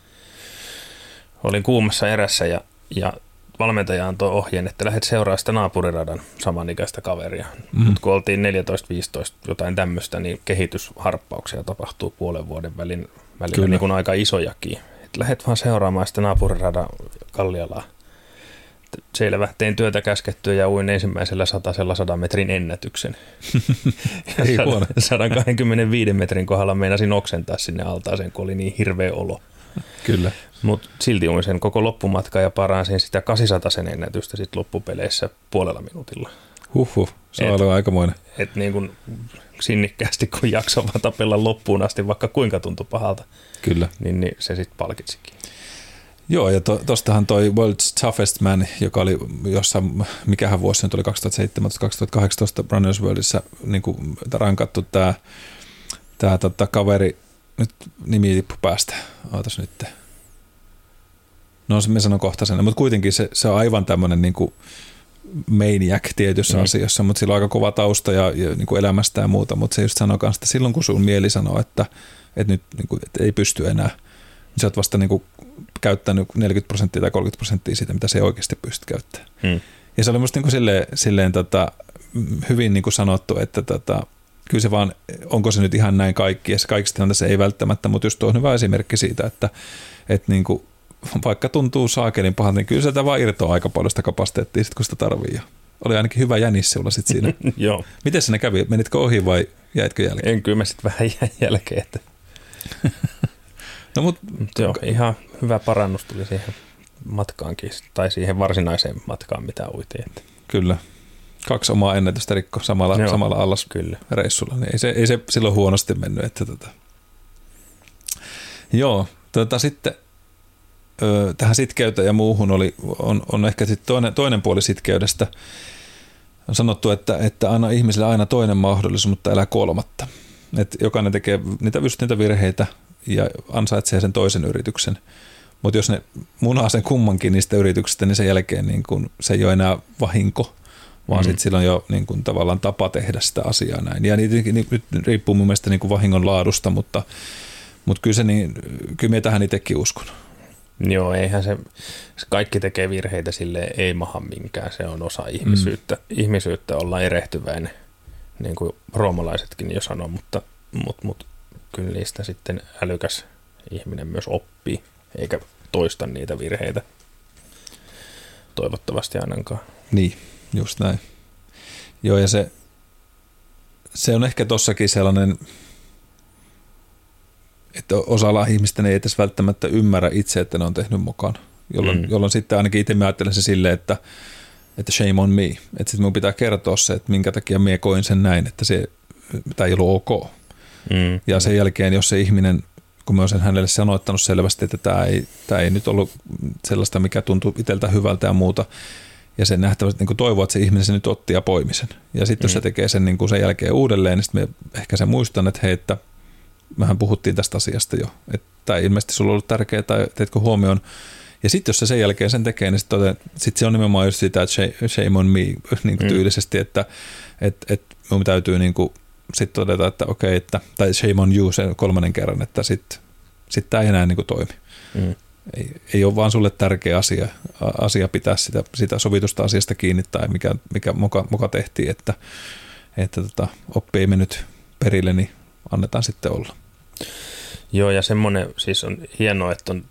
Olin kuumassa erässä ja, ja valmentaja antoi ohjeen, että lähdet seuraamaan sitä naapuriradan samanikäistä kaveria. Mm. Mutta kun oltiin neljätoista viisitoista jotain tämmöistä, niin kehitysharppauksia tapahtuu puolen vuoden välin, välillä niin kuin aika isojakin. Et lähdet vaan seuraamaan sitä naapuriradan Kallialaa. Selvä, tein työtä käskettyä ja uin ensimmäisellä satasella sadan metrin ennätyksen.
Ei huono.
sata kaksikymmentäviisi metrin kohdalla meinasin oksentaa sinne altaaseen, kun oli niin hirveä olo.
Kyllä.
Mutta silti uin sen koko loppumatka ja paransin sitä kahdeksansadan ennätystä sit loppupeleissä puolella minuutilla.
Huhhuh, se on ollut aikamoinen.
Että niin kun sinnikkäästi, kun jaksoi vaan tapella loppuun asti, vaikka kuinka tuntui pahalta,
Kyllä.
Niin, niin se sitten palkitsikin.
Joo, ja to, tostahan toi World's Toughest Man, joka oli jossain, mikähän vuosi nyt oli kaksituhattaseitsemäntoista kaksituhattakahdeksantoista Runners Worldissa niin kuin rankattu tämä tää, tota, kaveri, nyt nimi tippu päästä, ootas nyt. No me sanon kohta sen, mutta kuitenkin se, se on aivan tämmöinen niin kuin maniac tietyissä mm. asioissa, mutta sillä on aika kova tausta ja, ja niin kuin elämästä ja muuta, mutta se just sanoo kanssa, että silloin kun sun mieli sanoo, että, että nyt niin kuin, että ei pysty enää, niin sä oot vasta niin kuin käyttänyt neljäkymmentä prosenttia tai kolmekymmentä prosenttia siitä, mitä se oikeasti pystyt käyttämään. Mm. Ja se oli musta niin kuin silleen, silleen tota, hyvin niin kuin sanottu, että tota, kyllä se vaan, onko se nyt ihan näin kaikki, ja se kaikissa tilanteissa ei välttämättä, mutta just tuo on hyvä esimerkki siitä, että, että niin kuin, vaikka tuntuu saakelin pahalta, niin kyllä sieltä vaan irtoaa aika paljon sitä kapasiteettia, sit kun sitä tarvii. Oli ainakin hyvä jänis sinulla sitten siinä.
Joo.
Miten sinä kävi? Menitkö ohi vai jäitkö jälkeen?
En, kyllä mä sitten vähän jäin jälkeen. Että...
no, mut...
Joo, ihan hyvä parannus tuli siihen matkaankin, tai siihen varsinaiseen matkaan, mitä uitiin. Että...
Kyllä. Kaksi omaa ennätystä rikko samalla,
Joo,
samalla allas
kyllä.
reissulla. Niin ei, se, ei se silloin huonosti mennyt. Että tota. Joo, tota, sitten ö, tähän sitkeyteen ja muuhun oli, on, on ehkä sitten toinen, toinen puoli sitkeydestä. On sanottu, että, että anna ihmisille aina toinen mahdollisuus, mutta älä kolmatta. Et jokainen tekee niitä, just niitä virheitä ja ansaitsee sen toisen yrityksen. Mutta jos ne munaa sen kummankin niistä yrityksistä, niin sen jälkeen niin kun, se ei ole enää vahinko, vaan mm. sitten sillä on jo niin kun, tavallaan tapa tehdä sitä asiaa näin. Ja niitä, niin, nyt riippuu mun mielestä niin kun vahingon laadusta, mutta, mutta kyllä, se niin, kyllä minä tähän itsekin uskon.
Joo, eihän se, se kaikki tekee virheitä, sille ei maha minkään, se on osa ihmisyyttä. Mm. Ihmisyyttä olla erehtyväinen, niin kuin roomalaisetkin jo sanoo, mutta, mutta, mutta kyllä niistä sitten älykäs ihminen myös oppii, eikä toista niitä virheitä toivottavasti ainakaan.
Niin, just näin. Joo, ja se, se on ehkä tossakin sellainen, että osalla ihmistä ei edes välttämättä ymmärrä itse, että ne on tehnyt mokan, jolloin, mm. jolloin sitten ainakin itse mä ajattelen se silleen, että, että shame on me, että sitten mun pitää kertoa se, että minkä takia mie koin sen näin, että se tämä ei ollut ok. Mm. Ja sen jälkeen, jos se ihminen, kun mä olen sen hänelle sanoittanut selvästi, että tämä ei, tämä ei nyt ollut sellaista, mikä tuntuu itseltä hyvältä ja muuta, ja se nähtävästi niin toivoo, että se ihminen se nyt otti ja poimi sen. Ja sitten mm. jos se tekee sen niin kuin sen jälkeen uudelleen, niin sitten ehkä se muistan, että hei, että mehän puhuttiin tästä asiasta jo, että tämä ilmeisesti sulla on ollut tärkeää tai teetkö huomioon. Ja sitten jos se sen jälkeen sen tekee, niin sitten sit se on nimenomaan just sitä, että shame on me niin kuin mm. tyylisesti, että et, et mun täytyy niin kuin sitten todeta, että okei, että, tai shame on you sen kolmannen kerran, että sitten sit tämä ei enää niin kuin toimi. Mm. Ei, ei ole vaan sulle tärkeä asia, asia pitää sitä, sitä sovitusta asiasta kiinni tai mikä, mikä moka, moka tehtiin, että, että tota, oppi ei mennyt perille, niin annetaan sitten olla.
Joo, ja semmoinen siis on hienoa, että on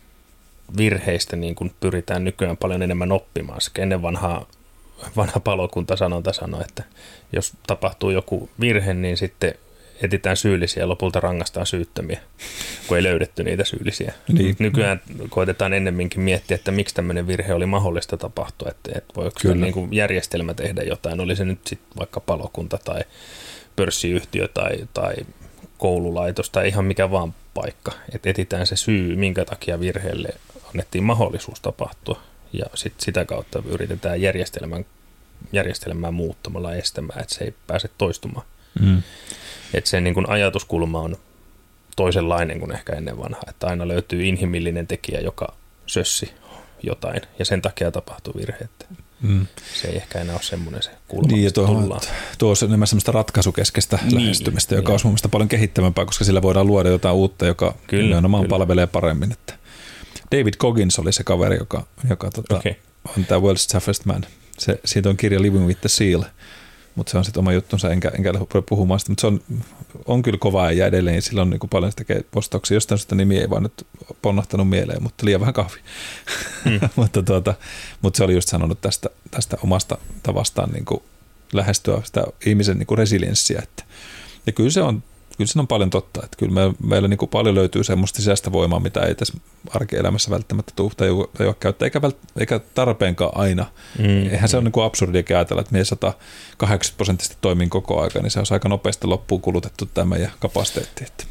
virheistä niin kun pyritään nykyään paljon enemmän oppimaan. Ennen vanhaa, vanha palokuntasanonta sanoi, että jos tapahtuu joku virhe, niin sitten etsitään syyllisiä ja lopulta rangaistaan syyttömiä, kun ei löydetty niitä syyllisiä. Niin. Nykyään koitetaan ennemminkin miettiä, että miksi tämmöinen virhe oli mahdollista tapahtua, että, että voiko niin kuin järjestelmä tehdä jotain, oli se nyt sitten vaikka palokunta tai pörssiyhtiö tai, tai koululaitos tai ihan mikä vaan paikka, että etsitään se syy, minkä takia virheelle annettiin mahdollisuus tapahtua ja sit sitä kautta yritetään järjestelmän, järjestelmää muuttamalla estämään, että se ei pääse toistumaan. Mm. Että se niin kuin ajatuskulma on toisenlainen kuin ehkä ennen vanhaa, että aina löytyy inhimillinen tekijä, joka sössi jotain ja sen takia tapahtuu virhe. Mm. Se ei ehkä enää ole semmoinen se kulma,
niin, mistä tullaan. Tuo on enemmän semmoista ratkaisukeskeistä niin, lähestymistä, joka on mun mielestä paljon kehittävämpää, koska sillä voidaan luoda jotain uutta, joka nimenomaan palvelee paremmin. Että David Goggins oli se kaveri, joka, joka tota, okay. on tämä World's Toughest Man. Se, siitä on kirja Living with the Seal, mutta se on sitten oma juttunsa, enkä, enkä lähde puhumaan sitä, mutta se on, on kyllä kova ja edelleen sillä on niin kuin paljon sitä postauksia. Jostain sitä nimi ei vaan nyt ponnahtanut mieleen, mutta liian vähän kahvi. Mm. mutta, tuota, mutta se oli just sanonut tästä, tästä omasta tavastaan niin kuin lähestyä sitä ihmisen niin kuin resilienssiä. Että, ja kyllä se on, kyllä se on paljon totta, että kyllä me, meillä niin kuin paljon löytyy semmoista sisäistä voimaa, mitä ei tässä arkielämässä välttämättä tule tai ei ole käyttää, eikä, vält, eikä tarpeenkaan aina. Mm, Eihän mm. se ole niin kuin absurdia ajatella, että me sata kahdeksankymmentä prosenttisesti toimin koko aika, niin se on aika nopeasti loppuun kulutettu tämä meidän kapasiteetti. Että.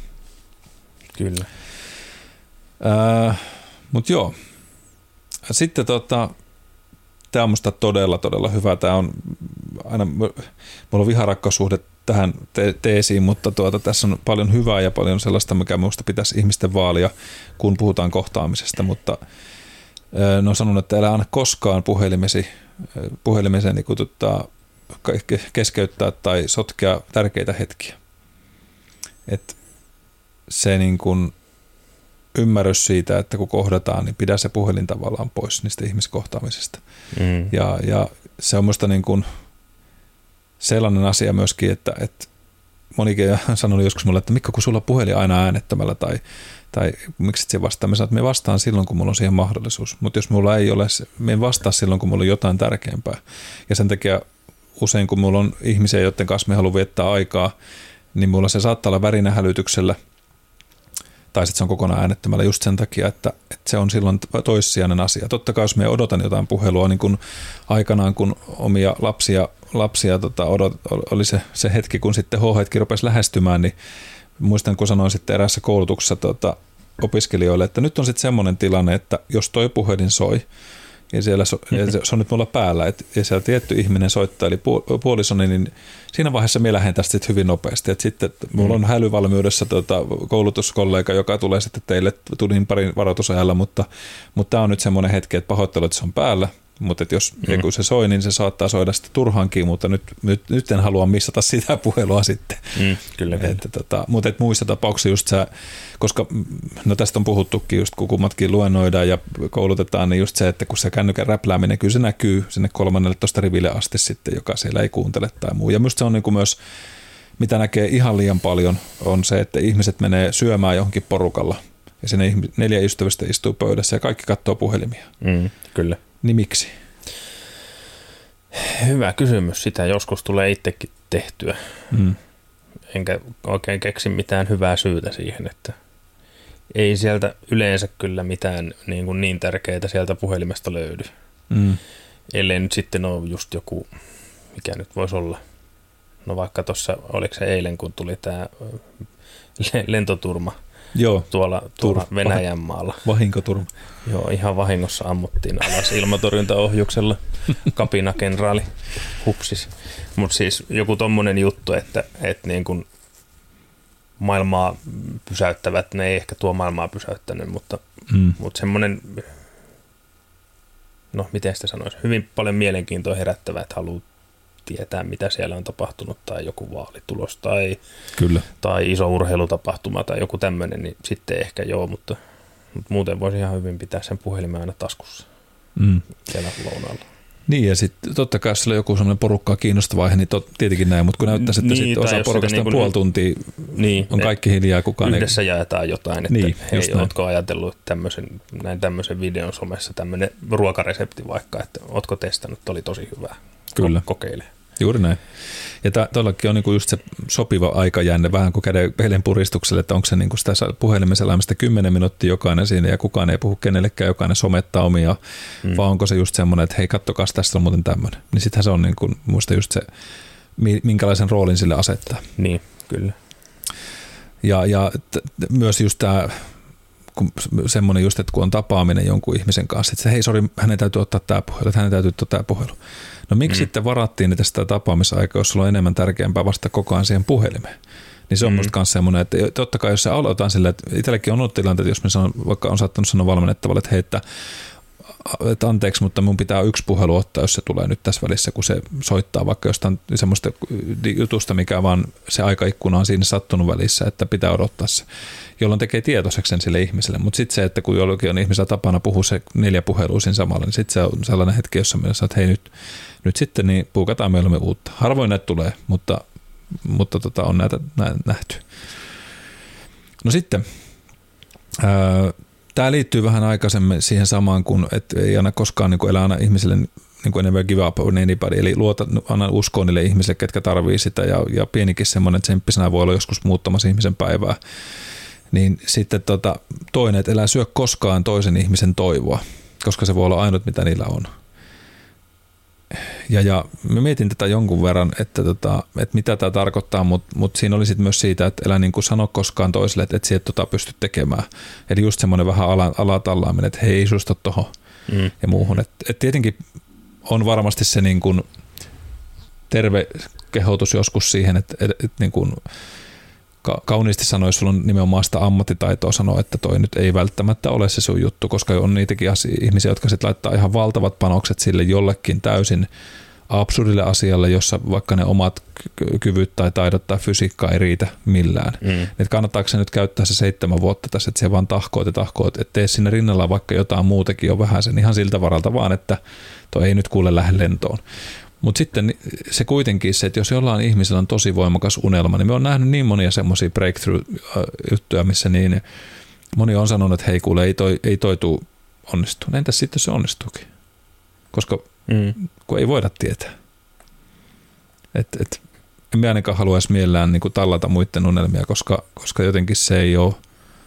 Kyllä.
Äh, Mutta joo. Sitten tota, tämä on musta todella, todella hyvä. Tämä on aina, mulla on viharakkaussuhde tähän te- teesiin, mutta tuota, tässä on paljon hyvää ja paljon sellaista, mikä minusta pitäisi ihmisten vaalia, kun puhutaan kohtaamisesta, mutta ne on sanonut, että älä anna koskaan puhelimesi, puhelimesi niin kuin, tota, keskeyttää tai sotkea tärkeitä hetkiä. Et se niin kuin ymmärrys siitä, että kun kohdataan, niin pidä se puhelin tavallaan pois niistä ihmiskohtaamisesta. Mm. Ja, ja se on musta niin kuin sellainen asia myöskin, että, että monikin on sanonut joskus mulle, että Mikko, kun sulla on puhelin aina äänettömällä tai, tai miksi et se vastaa? Mä sanon, että me vastaan silloin, kun mulla on siihen mahdollisuus. Mutta jos mulla ei ole, me en vastaa silloin, kun mulla on jotain tärkeämpää. Ja sen takia usein, kun mulla on ihmisiä, joiden kanssa me haluan viettää aikaa, niin mulla se saattaa olla värinähälytyksellä tai sitten se on kokonaan äänettömällä just sen takia, että, että se on silloin toissijainen asia. Totta kai jos me odotan jotain puhelua, niin kun aikanaan kun omia lapsia, lapsia tota, odot, oli se, se hetki, kun sitten H-hetki rupesi lähestymään, niin muistan, kun sanoin sitten eräässä koulutuksessa tota, opiskelijoille, että nyt on sitten semmoinen tilanne, että jos toi puhelin soi, ja siellä so, ja se on nyt mulla päällä, että ja siellä tietty ihminen soittaa, eli puolisoni, niin siinä vaiheessa minä lähden tästä sitten hyvin nopeasti. Että sitten mulla on hälyvalmiudessa tuota, koulutuskollega, joka tulee sitten teille tunnin parin varoitusajalla, mutta, mutta tämä on nyt semmoinen hetki, että pahoittelu, että se on päällä. Mutta jos mm. kun se soi, niin se saattaa soida sitten turhaankin, mutta nyt, nyt, nyt en halua missata sitä puhelua sitten.
Mm, kyllä.
Että, tota, mutta et muissa tapauksissa just se, koska no tästä on puhuttukin just kun kummatkin luennoidaan ja koulutetaan, niin just se, että kun se kännykän räplääminen, kyllä se näkyy sinne kolmannelletoista riville asti sitten, joka siellä ei kuuntele tai muu. Ja minusta se on niin kuin myös, mitä näkee ihan liian paljon, on se, että ihmiset menee syömään johonkin porukalla ja sinne neljä ystävistä istuu pöydässä ja kaikki katsoo puhelimia.
Mm, kyllä.
Niin miksi?
Hyvä kysymys. Sitä joskus tulee itsekin tehtyä. Mm. Enkä oikein keksi mitään hyvää syytä siihen, että ei sieltä yleensä kyllä mitään niin, kuin niin tärkeää sieltä puhelimesta löydy. Mm. Ellei nyt sitten ole just joku, mikä nyt voisi olla. No vaikka tuossa, oliko se eilen, kun tuli tämä lentoturma. Joo, tuolla, tuolla Tur- Venäjän maalla.
Vahinkoturma.
Joo, ihan vahingossa ammuttiin alas ilmatorjuntaohjuksella. Kapinakenraali hupsis. Mutta siis joku tommonen juttu, että, että niin kun maailmaa pysäyttävät, ne ei ehkä tuo maailmaa pysäyttänyt, mutta, mm. mutta semmoinen, no miten sitä sanoisi, hyvin paljon mielenkiintoa herättävä, että haluaa tietää, mitä siellä on tapahtunut, tai joku vaalitulos, tai, Kyllä. tai iso urheilutapahtuma, tai joku tämmöinen, niin sitten ehkä joo, mutta, mutta muuten voisi ihan hyvin pitää sen puhelimen aina taskussa mm. siellä lounaalla.
Niin, ja sitten totta kai, jos siellä on joku semmoinen porukkaa kiinnostava aihe, niin tot, tietenkin näin, mutta kun näyttäisi, että niin, sitten osa porukasta niin on puoli tuntia, niin, on kaikki hiljaa, kukaan
yhdessä
ei...
jaetaan jotain, että niin, hei, ootko ajatellut tämmöisen, näin tämmöisen videon somessa, tämmöinen ruokaresepti vaikka, että ootko testannut, että oli tosi hyvää.
Kyllä.
Kokeile.
Juuri näin. Ja todellakin on niinku just se sopiva aikajänne, vähän kuin käden peilen puristukselle, että onko se niinku sitä puhelimen selaamista kymmenen minuuttia jokainen siinä ja kukaan ei puhu kenellekään, jokainen somettaa omia, mm. vaan onko se just semmoinen, että hei kattokas, tässä on muuten tämmöinen. Niin sittenhän se on niinku, muista just se, minkälaisen roolin sille asettaa.
Niin, kyllä.
Ja, ja t- myös just tämä, semmoinen just, että kun on tapaaminen jonkun ihmisen kanssa, että se, hei sori, hänen täytyy ottaa tämä puhelu, että hänen täytyy ottaa tämä puhelu. No miksi mm. sitten varattiin niitä sitä tapaamisaikaa, jos sulla on enemmän tärkeämpää vasta koko ajan siihen puhelimeen? Niin se on mm. musta myös semmoinen, että totta kai jos se aloitetaan silleen, että itsellekin on ollut tilanteita, jos me sanon, vaikka on saattanut sanoa valmennettavalle, että hei, että, että anteeksi, mutta mun pitää yksi puhelu ottaa, jos se tulee nyt tässä välissä, kun se soittaa vaikka jostain semmoista jutusta, mikä vaan se aikaikkuna on siinä sattunut välissä, että pitää odottaa se, jolloin tekee tietoiseksi sen sille ihmiselle. Mutta sitten se, että kun jollakin on ihmisellä tapana puhua se neljä puhelua siinä samalla, niin sitten se on sellainen hetki, jossa me sanotaan, että hei nyt, nyt sitten niin puukataan meillä uutta. Harvoin näitä tulee, mutta, mutta tota, on näitä nähty. No sitten, ää, tämä liittyy vähän aikaisemmin siihen samaan, kun et ei aina koskaan niin elä aina ihmiselle niin kuin never give up on anybody, eli luota, anna uskoa niille ihmisille, ketkä tarvii sitä, ja, ja pienikin semmoinen tsemppisena voi olla joskus muuttamassa ihmisen päivää. Niin sitten tota, toinen, että elää syö koskaan toisen ihmisen toivoa, koska se voi olla ainut, mitä niillä on. Ja, ja mä mietin tätä jonkun verran, että, tota, että mitä tämä tarkoittaa, mutta mut siinä oli sitten myös siitä, että elä niin kuin sano koskaan toiselle, että et sä et tota pysty tekemään. Eli just semmoinen vähän alatallaaminen, että hei, ei susta tohon mm. ja muuhun. Et, et tietenkin on varmasti se niin kuin terve kehotus joskus siihen, että et, et niin kuin ka- kauniisti sanoa, jos sulla on nimenomaan sitä ammattitaitoa sanoa, että toi nyt ei välttämättä ole se sun juttu, koska on niitäkin asia- ihmisiä, jotka sitten laittaa ihan valtavat panokset sille jollekin täysin absurdille asialle, jossa vaikka ne omat kyvyt tai taidot tai fysiikka ei riitä millään. Mm. Että kannattaako se nyt käyttää se seitsemän vuotta tässä, että se vaan tahkoot ja tahkoot, että tee sinne rinnalla vaikka jotain muutakin on vähän sen ihan siltä varalta vaan, että toi ei nyt kuule lähde lentoon. Mutta sitten se kuitenkin se, että jos jollain ihmisellä on tosi voimakas unelma, niin me on nähnyt niin monia semmoisia breakthrough-juttuja, missä niin moni on sanonut, että hei kuule, ei toi, ei toi tuu onnistua. Entäs sitten se onnistuukin? Koska mm. kun ei voida tietää. Et, et, en mä ainakaan haluaisi mielellään niin kuin tallata muiden unelmia, koska, koska jotenkin se ei ole,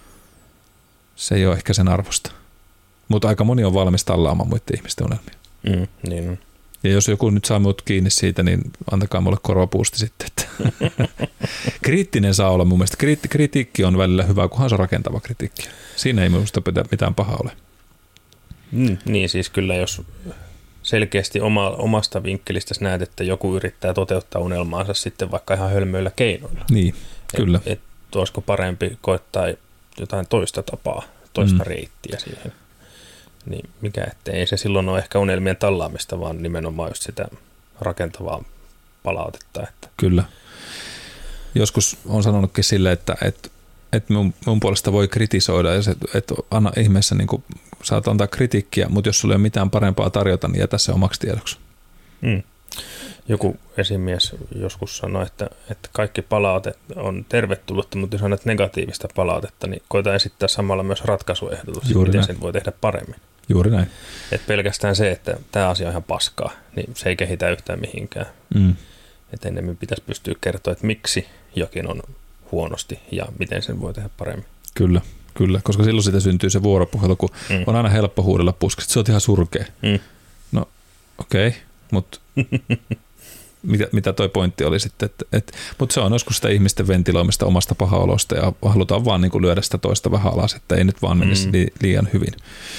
se ei ole ehkä sen arvosta. Mutta aika moni on valmis tallaamaan muiden ihmisten unelmia.
Mm, niin on.
Ja jos joku nyt saa minut kiinni siitä, niin antakaa mulle korvapuusti sitten. Että kriittinen saa olla mun mielestä. Kriti- kritiikki on välillä hyvä, kunhan se on rakentava kritiikki. Siinä ei minusta mitään pahaa ole.
Mm, niin siis kyllä, jos selkeästi oma, omasta vinkkelistä näet, että joku yrittää toteuttaa unelmaansa sitten vaikka ihan hölmöillä keinoilla.
Niin, kyllä.
Että et, olisiko parempi koettaa jotain toista tapaa, toista mm. reittiä siihen. Niin mikä ettei, ei se silloin ole ehkä unelmien tallaamista, vaan nimenomaan just sitä rakentavaa palautetta. Että.
Kyllä. Joskus on sanonutkin sille, että, että, että mun, mun puolesta voi kritisoida, ja se, että anna ihmeessä, niin kuin, saat antaa kritiikkiä, mutta jos sulla ei ole mitään parempaa tarjota, niin jätä se omaksi tiedoksi.
Mm. Joku esimies joskus sanoi, että, että kaikki palaute on tervetullutta, mutta jos annat negatiivista palautetta, niin koita esittää samalla myös ratkaisuehdotus, Juuri miten näin. Sen voi tehdä paremmin.
Juuri näin.
Et pelkästään se, että tämä asia on ihan paskaa, niin se ei kehitä yhtään mihinkään. Mm. Et ennemmin pitäisi pystyä kertoa, että miksi jokin on huonosti ja miten sen voi tehdä paremmin.
Kyllä, kyllä, koska silloin siitä syntyy se vuoropuhelu, kun mm. on aina helppo huudella puskista. Se on ihan surkea. Mm. No okei, okay, mutta mitä, mitä toi pointti oli sitten. Et, et, mutta se on joskus sitä ihmisten ventiloimista omasta paha-olosta ja halutaan vaan niin kuin lyödä sitä toista vähän alas, että ei nyt vaan menisi mm. li, liian hyvin.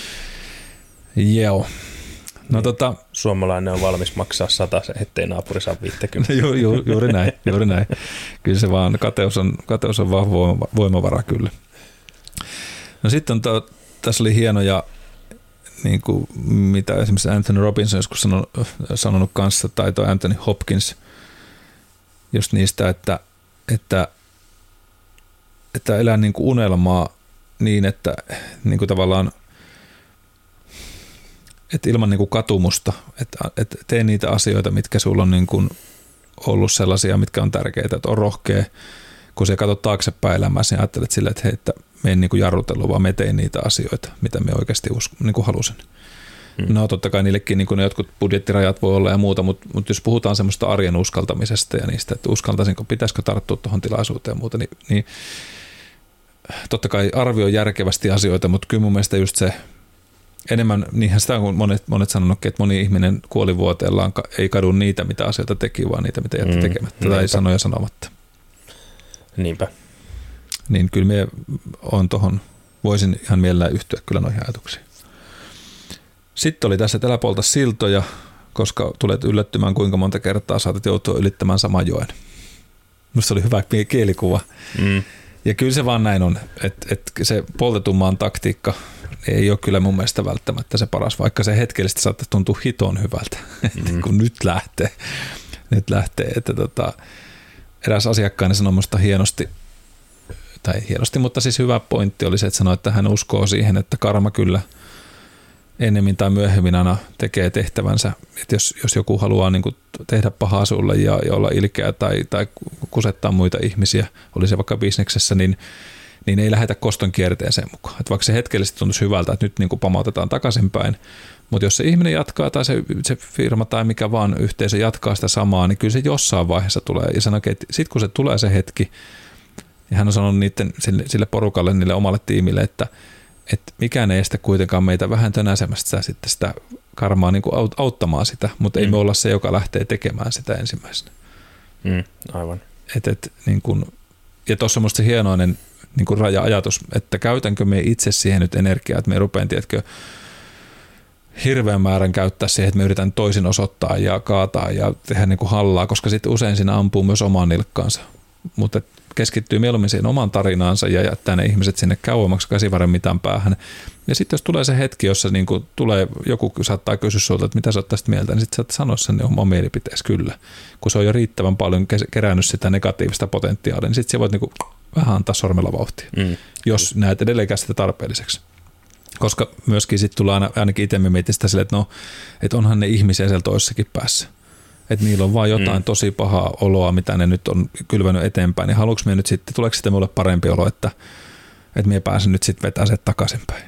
Joo. No, niin. tota,
Suomalainen on valmis maksaa sata, ettei naapuri saa viittäkymmentä.
Ju, ju, juuri näin, juuri näin. Kyllä se vaan, kateus on, kateus on vahva voimavara kyllä. No sitten to, tässä oli hienoja, niin kuin, mitä esimerkiksi Anthony Robbins on joskus sanonut, sanonut kanssa, tai toi Anthony Hopkins, just niistä, että, että, että elää niin kuin unelmaa niin, että niin kuin tavallaan että ilman niin kuin katumusta, että, että tee niitä asioita, mitkä sulla on niin kuin ollut sellaisia, mitkä on tärkeitä, että on rohkea, kun sä katsot taaksepäin elämässä, niin ajattelet silleen, että hei, että me en niin kuin jarrutellut, vaan me tein niitä asioita, mitä me oikeasti usko, niin kuin halusin. Hmm. No totta kai niillekin niin kuin ne jotkut budjettirajat voi olla ja muuta, mutta, mutta jos puhutaan semmoista arjen uskaltamisesta ja niistä, että uskaltaisinko, pitäisikö tarttua tuohon tilaisuuteen ja muuta, niin, niin totta kai arvioi järkevästi asioita, mutta kyllä mun mielestä just se, enemmän, niinhän sitä on monet, monet sanonutkin, että moni ihminen kuolivuoteellaan ei kadu niitä, mitä asioita teki, vaan niitä, mitä jätti tekemättä, mm, tai sanoja sanomatta.
Niinpä.
Niin kyllä minä on tohon, voisin ihan mielellään yhtyä kyllä noihin ajatuksiin. Sitten oli tässä, että älä polta siltoja, koska tulet yllättymään, kuinka monta kertaa saatat joutua ylittämään saman joen. Minusta oli hyvä kielikuva. Mm. Ja kyllä se vaan näin on, että, että se poltetun maan taktiikka ei ole kyllä mun mielestä välttämättä se paras, vaikka se hetkellisesti saattaa tuntua hiton hyvältä, mm. kun nyt lähtee. Nyt lähtee, että tota, eräs asiakkaani sanoi musta hienosti, tai hienosti, mutta siis hyvä pointti oli se, että sanoi, että hän uskoo siihen, että karma kyllä ennemmin tai myöhemmin aina tekee tehtävänsä. Että jos, jos joku haluaa niin kuin tehdä pahaa sulle ja, ja olla ilkeä tai, tai kusettaa muita ihmisiä, oli se vaikka bisneksessä, niin niin ei lähdetä koston kierteeseen mukaan. Että vaikka se hetkellisesti tuntuisi hyvältä, että nyt niin kuin pamautetaan takaisinpäin, mutta jos se ihminen jatkaa tai se, se firma tai mikä vaan yhteisö jatkaa sitä samaa, niin kyllä se jossain vaiheessa tulee. Ja sanoo, että sitten kun se tulee se hetki, ja hän on sanonut niiden, sille, sille porukalle, niille omalle tiimille, että, että mikään ei estä kuitenkaan meitä vähän tönäsemästä sitä, sitten sitä karmaa niin kuin auttamaan sitä, mutta mm. ei me olla se, joka lähtee tekemään sitä ensimmäisenä.
Mm, aivan.
Et, et, niin kuin, ja tuossa on musta se hienoinen niin kuin raja-ajatus, että käytänkö me itse siihen nyt energiaa, että me rupean, tiedätkö, hirveän määrän käyttää siihen, että me yritän toisin osoittaa ja kaataa ja tehdä niin kuin hallaa, koska sitten usein siinä ampuu myös omaan nilkkaansa. Mutta keskittyy mieluummin siihen omaan tarinaansa ja jättää ne ihmiset sinne kauemmaksi käsivarren mitan päähän. Ja sitten jos tulee se hetki, jossa niin kuin tulee, joku saattaa kysyä sulta, että mitä sä oot tästä mieltä, niin sitten saat sanoa sen oman mielipiteesi kyllä. Kun se on jo riittävän paljon kerännyt sitä negatiivista potentiaalia, niin sitten sä voit niin kuin vähän antaa sormella vauhtia, mm. jos näet edelleenkään sitä tarpeelliseksi. Koska myöskin sitten tulee aina, ainakin itse mietin sitä silleen, että no, että onhan ne ihmisiä siellä toisessakin päässä. Että niillä on vaan jotain mm. tosi pahaa oloa, mitä ne nyt on kylvänyt eteenpäin. Niin haluanko me nyt sitten, tuleeko sitten mulle parempi olo, että, että minä pääsen nyt sitten vetämään se takaisinpäin?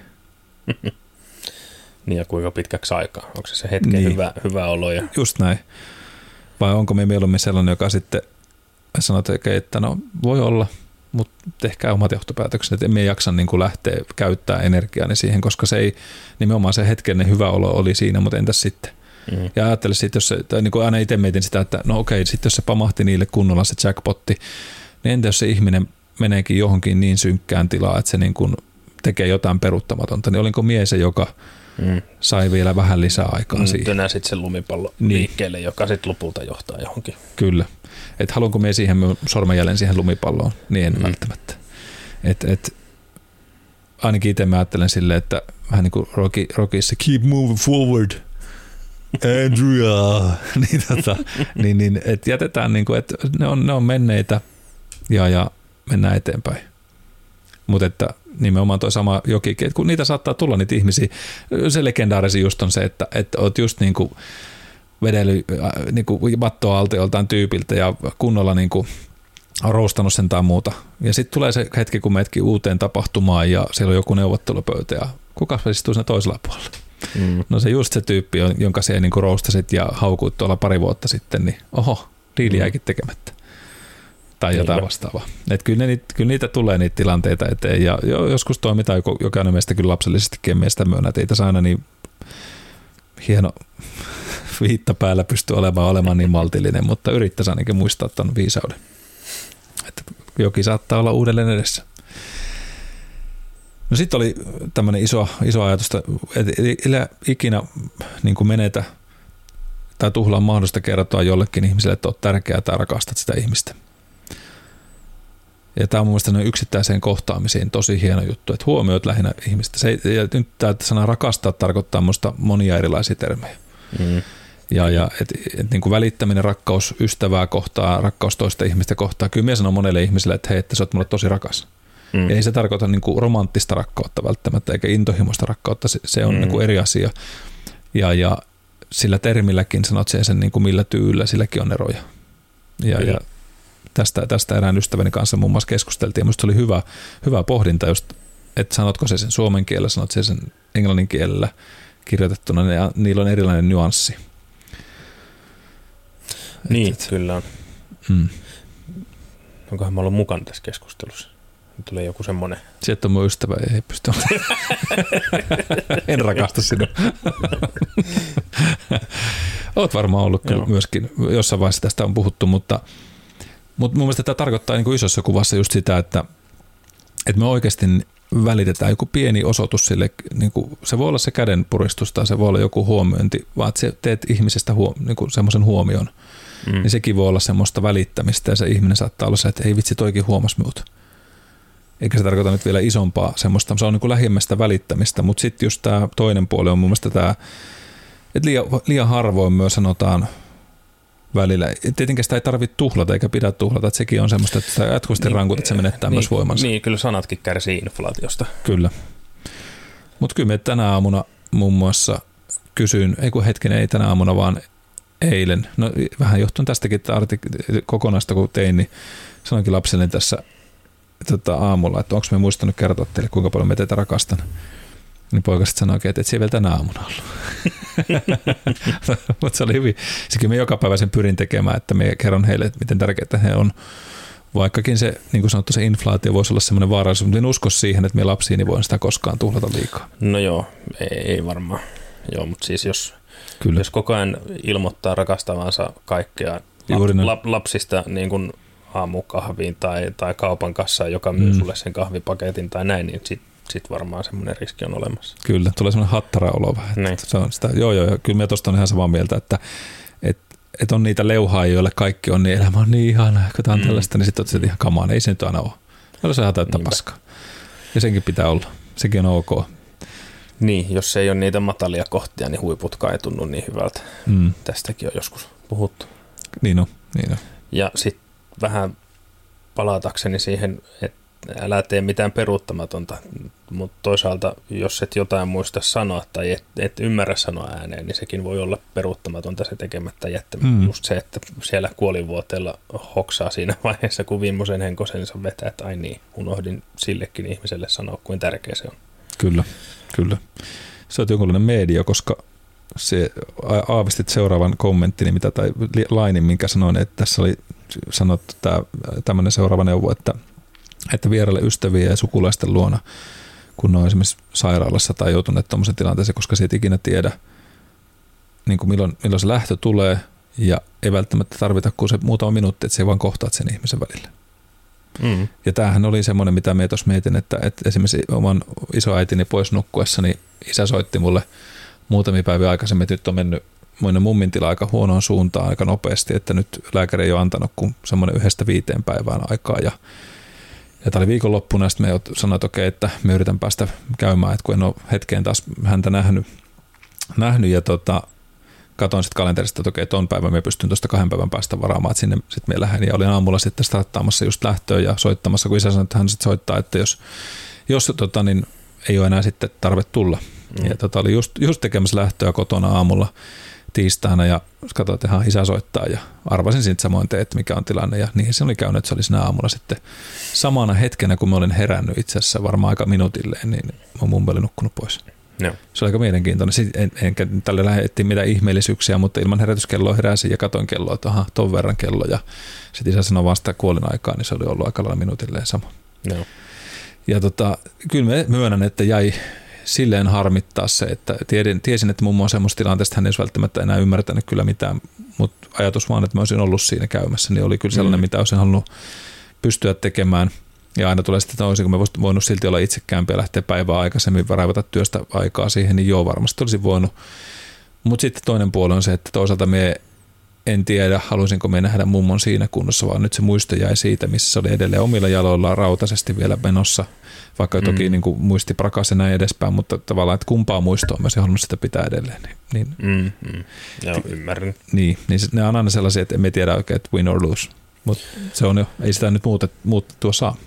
Niin ja kuinka pitkäksi aikaa? Onko se se hetken niin. hyvä, hyvä olo? Ja...
Just näin. Vai onko me mieluummin sellainen, joka sitten sanoo, että no voi olla, mutta tehkää omat johtopäätökset, että emme jaksa niin kuin lähteä käyttää energiaani siihen, koska se ei, nimenomaan se hetken hyvä olo oli siinä, mutta entäs sitten? Mm. Ja ajattelin sitten, jos se, tai niin kuin aina itse mietin sitä, että no okei, sitten jos se pamahti niille kunnolla se jackpotti, niin entä jos se ihminen meneekin johonkin niin synkkään tilaan, että se niin kuin tekee jotain peruuttamatonta, niin olinko mies se, joka mm. sai vielä vähän lisää aikaa mm, siihen.
Tönää sitten sen lumipallo niin. liikkeelle, joka sitten lopulta johtaa johonkin.
Kyllä. Että haluanko me siihen sormenjäljen siihen lumipalloon, niin en mm. välttämättä. Et, et, ainakin itse mä ajattelen silleen, että vähän niin kuin Rocky, Rockissa, keep moving forward, Andrea. niin, tota, niin, niin, et jätetään, niin kuin, että ne on, ne on menneitä ja, ja mennään eteenpäin. Mutta että nimenomaan toi sama jokikin, että kun niitä saattaa tulla niitä ihmisiä, se legendaarisi just on se, että, että oot just niin kuin vedellyt niin kuin vattoa alta joltain tyypiltä ja kunnolla niin kuin roustannut sen tai muuta. Ja sitten tulee se hetki, kun menetkin uuteen tapahtumaan ja siellä on joku neuvottelupöytä ja kuka istuu siinä toisella puolella? Mm. No se just se tyyppi, jonka se niin kuin roustasit ja haukuit tuolla pari vuotta sitten, niin oho, diili jäikin tekemättä. Tai jotain vastaavaa. Et kyllä, ne, kyllä niitä tulee niitä tilanteita eteen ja joskus toimitaan jokainen meistä kyllä lapsellisestikin meistä myönnä, että ei tässä aina niin hieno viitta päällä pysty olemaan, olemaan niin maltillinen, mutta yrittäisi ainakin muistaa tuon viisauden. Että jokin saattaa olla uudelleen edessä. No sitten oli tämmöinen iso, iso ajatus, että ikinä niin kuin menetä tai tuhlaa mahdollista kertoa jollekin ihmiselle, että olet tärkeää tai rakastat sitä ihmistä. Ja tämä on mun mielestä yksittäiseen kohtaamisiin tosi hieno juttu, että huomioit lähinnä ihmistä. Se ei, ja nyt tämä sana rakastaa tarkoittaa minusta monia erilaisia termejä. Mm. Ja, ja et, et niin kuin välittäminen, rakkaus ystävää kohtaa, rakkaus toista ihmistä kohtaa. Kyllä minä sanon monelle ihmiselle, että hei, että sä oot mulle tosi rakas. Mm. Ei se tarkoita niin kuin romanttista rakkautta välttämättä, eikä intohimoista rakkautta. Se, se on mm. niin kuin eri asia. Ja, ja sillä termilläkin sanot sen, sen niin kuin millä tyylillä, silläkin on eroja. Ja, ja tästä, tästä erään ystäväni kanssa muun muassa keskusteltiin. Ja minusta oli hyvä, hyvä pohdinta just, että sanotko se sen suomen kielellä, sanot se sen englannin kielellä kirjoitettuna, ne, niillä on erilainen nyanssi.
Niin, et, kyllä on. Hmm. Onkohan mä ollut mukana tässä keskustelussa? Tulee joku semmoinen.
Sieltä on mun ystävä, ei pysty. En rakasta sinua. Oot varmaan ollut kyllä myöskin, jossain vaiheessa tästä on puhuttu, mutta, mutta mun mielestä tämä tarkoittaa niin kuin isossa kuvassa just sitä, että, että me oikeasti välitetään joku pieni osoitus sille, niin kuin, se voi olla se kädenpuristus tai se voi olla joku huomiointi, vaan että teet ihmisestä huom, niin kuin semmoisen huomion, mm. niin sekin voi olla semmoista välittämistä ja se ihminen saattaa olla se, että ei vitsi, toikin huomasi minut. Eikä se tarkoita nyt vielä isompaa semmoista, se on niin kuin lähimmästä välittämistä, mutta sitten just tämä toinen puoli on mun mielestä tämä, että liian, liian harvoin myös sanotaan välillä. Tietenkin sitä ei tarvitse tuhlata eikä pidä tuhlata, että sekin on semmoista, että sitä jatkuvasti niin, rankut, että se menettää
niin,
myös voimansa.
Niin, kyllä sanatkin kärsii inflaatiosta.
Kyllä. Mutta kyllä me tänä aamuna muun muassa kysyin, ei kun hetken, ei tänä aamuna, vaan eilen, no vähän johtuen tästäkin artik- kokonaista kun tein, niin sanoinkin lapselleni tässä tota, aamulla, että onko me muistanut kertoa teille, kuinka paljon me teitä rakastan. Niin poika sitten sanoi, että et se ei vielä tänä aamuna ollut. Mutta se oli hyvin. Sikin me joka päivä sen pyrin tekemään, että me kerron heille, että miten tärkeää he on. Vaikkakin se, niin kuin sanottu, se inflaatio voisi olla semmoinen vaarallisuus, mutta en usko siihen, että me lapsiin niin voin sitä koskaan tuhlata liikaa.
No joo, ei, ei varmaan. Joo, mutta siis jos, jos koko ajan ilmoittaa rakastavansa kaikkea lap, lapsista niin kuin aamukahviin tai, tai kaupan kassaan, joka myy mm. sulle sen kahvipaketin tai näin, niin sitten sitten varmaan semmoinen riski on olemassa. Kyllä, tulee semmoinen hattara-olo vähän. Niin. Se on sitä, joo, joo, kyllä minä tuosta on ihan samaa mieltä, että et,
että on niitä leuhaajia, joille kaikki on, niin elämä on niin ihanaa, kun tämä on
Mm.
tällaista, niin sitten oot että ihan kamaan, ei se nyt aina ole. Meillä se on täyttä paskaa. Ja senkin pitää olla. Sekin on ok.
Niin, jos ei ole niitä matalia kohtia, niin huiputkaan ei tunnu niin hyvältä.
Mm.
Tästäkin on joskus puhuttu.
Niin on, niin on.
Ja sitten vähän palatakseni siihen, että älä tee mitään peruuttamatonta, mutta toisaalta jos et jotain muista sanoa tai et, et ymmärrä sanoa ääneen, niin sekin voi olla peruuttamatonta se tekemättä jättämään. Mm. Just se, että siellä kuolinvuoteella hoksaa siinä vaiheessa, kun viimeisen henkosensa vetää, että ai niin, unohdin sillekin ihmiselle sanoa, kuin tärkeä se on.
Kyllä, kyllä. Se on jonkunlainen media, koska se aavistit seuraavan kommenttini, mitä tai lainin, minkä sanoin, että tässä oli sanottu tämä, tämmöinen seuraava neuvo, että, että vieraille ystäviä ja sukulaisten luona, kun on esimerkiksi sairaalassa tai joutuneet tuommoisen tilanteeseen, koska se et ikinä tiedä, niin kuin milloin, milloin se lähtö tulee ja ei välttämättä tarvita kuin se muutama minuutti, että se vaan kohtaat sen ihmisen välillä. Mm. Ja tämähän oli semmoinen, mitä me tuossa mietin, että, että esimerkiksi oman isoäitini pois nukkuessa, niin isä soitti mulle muutamia päiviä aikaisemmin, että nyt on mennyt moinen mummin tila aika huonoon suuntaan aika nopeasti, että nyt lääkäri ei ole antanut kuin semmoinen yhdestä viiteen päivään aikaa. Ja, ja tämä oli viikonloppuna, ja sitten me sanoin, että okei, että me yritän päästä käymään, että kun en ole hetkeen taas häntä nähnyt. nähnyt ja tota, katoin sitten kalenterista, että okei, ton päivän me pystyn tuosta kahden päivän päästä varaamaan, että sinne sitten me lähdin. Ja olin aamulla sitten starttaamassa just lähtöön ja soittamassa, kun isä sanoi, että hän sitten soittaa, että jos, jos tota, niin ei ole enää sitten tarve tulla. Mm. Ja tota, oli just, just tekemässä lähtöä kotona aamulla tiistaina ja katsoin, että ihan isä soittaa ja arvasin siitä samoin teet, mikä on tilanne. Ja niin se oli käynyt, että se oli siinä aamulla sitten samana hetkenä, kun mä olin herännyt itse asiassa varmaan aika minuutilleen, niin mun mummi oli nukkunut pois. No. Se oli aika mielenkiintoinen. Sitten en, enkä tälle lähdettiin mitään ihmeellisyyksiä, mutta ilman herätyskelloa heräsin ja katoin kelloa, että aha, ton verran kello. Ja sitten isä sanoi vasta kuolin aikaa, niin se oli ollut aika lailla minuutilleen sama. No. Ja tota, kyllä mä myönnän, että jäi silleen harmittaa se, että tiedin, tiesin, että mummo on semmoista tilanteesta, hän ei olisi välttämättä enää ymmärtänyt kyllä mitään, mutta ajatus vaan, että mä olisin ollut siinä käymässä, niin oli kyllä sellainen, mm. mitä olisin halunnut pystyä tekemään. Ja aina tulee sitten, että olisinko mä voinut silti olla itsekäämpi ja lähteä päivää aikaisemmin, raivata työstä aikaa siihen, niin joo, varmasti olisin voinut. Mutta sitten toinen puoli on se, että toisaalta me en tiedä, haluaisinko me nähdä mummon siinä kunnossa, vaan nyt se muisto jäi siitä, missä se oli edelleen omilla jaloillaan rautaisesti vielä menossa, vaikka mm. toki niin kuin muisti prakasi näin edespäin, mutta tavallaan, että kumpaa muistoa mä olisin halunnut sitä pitää edelleen. Niin,
mm, mm. Joo, ymmärrän.
Niin, niin ne on aina sellaisia, että emme tiedä oikein, että win or lose, mutta se on jo, ei sitä nyt muutet, muutettua saa.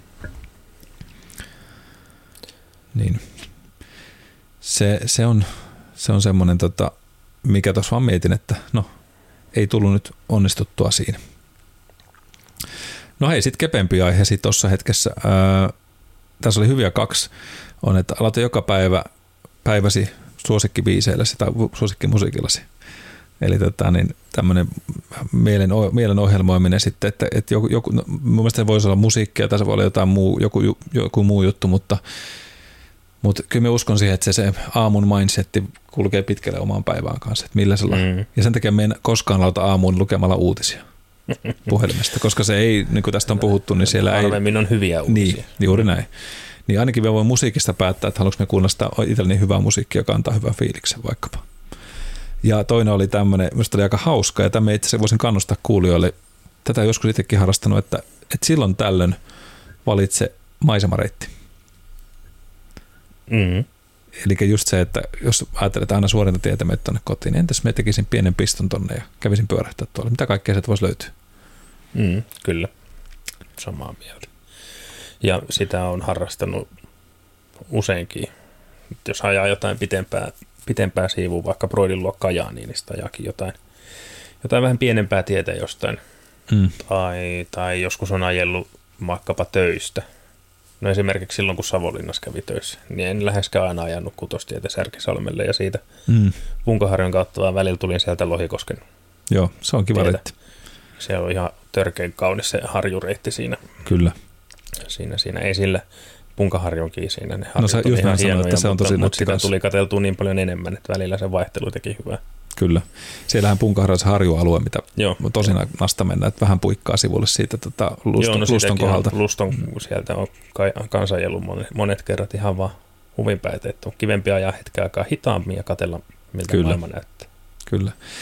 Niin. Se, se on, se on semmoinen, tota, mikä tuossa vaan mietin, että no, ei tullut nyt onnistuttua siinä. No hei, sitten kepeämpi aihe sitten tuossa hetkessä. Ää, tässä oli hyviä kaksi. On, että aloita joka päivä päiväsi suosikkibiiseilläsi tai suosikkimusiikillasi. Eli tota, niin tämmöinen mielen, mielen ohjelmoiminen sitten, että, että joku, joku, no, mun mielestä se voisi olla musiikkia tai se voi olla jotain muu, joku, joku muu juttu, mutta Mutta kyllä mä uskon siihen, että se, se aamun mindsetti kulkee pitkälle omaan päivään kanssa. Että millä mm. Ja sen takia me en koskaan lauta aamuun lukemalla uutisia puhelimesta, koska se ei, niin kuin tästä on puhuttu, niin siellä ei...
Harvemmin on hyviä uutisia.
Niin, juuri näin. Niin ainakin me voin musiikista päättää, että haluanko me kuunnella sitä itselleni hyvää musiikkia, joka antaa hyvän fiiliksen vaikkapa. Ja toinen oli tämmöinen, minusta oli aika hauska, ja tämä itse asiassa voisin kannustaa kuulijoille. Tätä joskus itsekin harrastanut, että, että silloin tällöin valitse maisemareitti.
Mm.
Eli just se, että jos ajattelet aina suorinta tietä menet tuonne kotiin, niin entäs me tekisin pienen piston tonne ja kävisin pyörähtää tuolla. Mitä kaikkea sieltä voisi löytyä?
Mm, kyllä, samaa mieltä. Ja sitä on harrastanut useinkin. Jos ajaa jotain pitempää, pitempää siivua, vaikka Broidin luo Kajaaniin, niin sitä ajakin jotain, jotain vähän pienempää tietä jostain. Mm. Tai, tai joskus on ajellut vaikkapa töistä. No esimerkiksi silloin, kun Savonlinnassa kävi töissä, niin en läheskään aina ajanut Kutostietä Särkisalmelle ja siitä mm. Punkaharjon kautta, vaan välillä tulin sieltä Lohikosken.
Joo, se on kiva reitti.
Se on ihan törkeän kaunis se harjureitti siinä.
Kyllä.
Siinä, siinä ei sillä Punkaharjonkin siinä. Ne
no sä just näin sanoin, että se on tosi
mutta, mutta sitä tuli katseltua niin paljon enemmän, että välillä se vaihtelu teki hyvää.
Kyllä. Siellähän Punkaharjon se harjualue, mitä Joo. tosi nasta mennä, että vähän puikkaa sivulle siitä tota, luston, Joo, no luston kohdalta.
Luston sieltä on kansanjellut monet, monet kerrat ihan vaan huvinpäitä, että on kivempi ajaa hetken aikaa hitaammin ja katsella, miltä
Kyllä.
maailma näyttää.
Kyllä.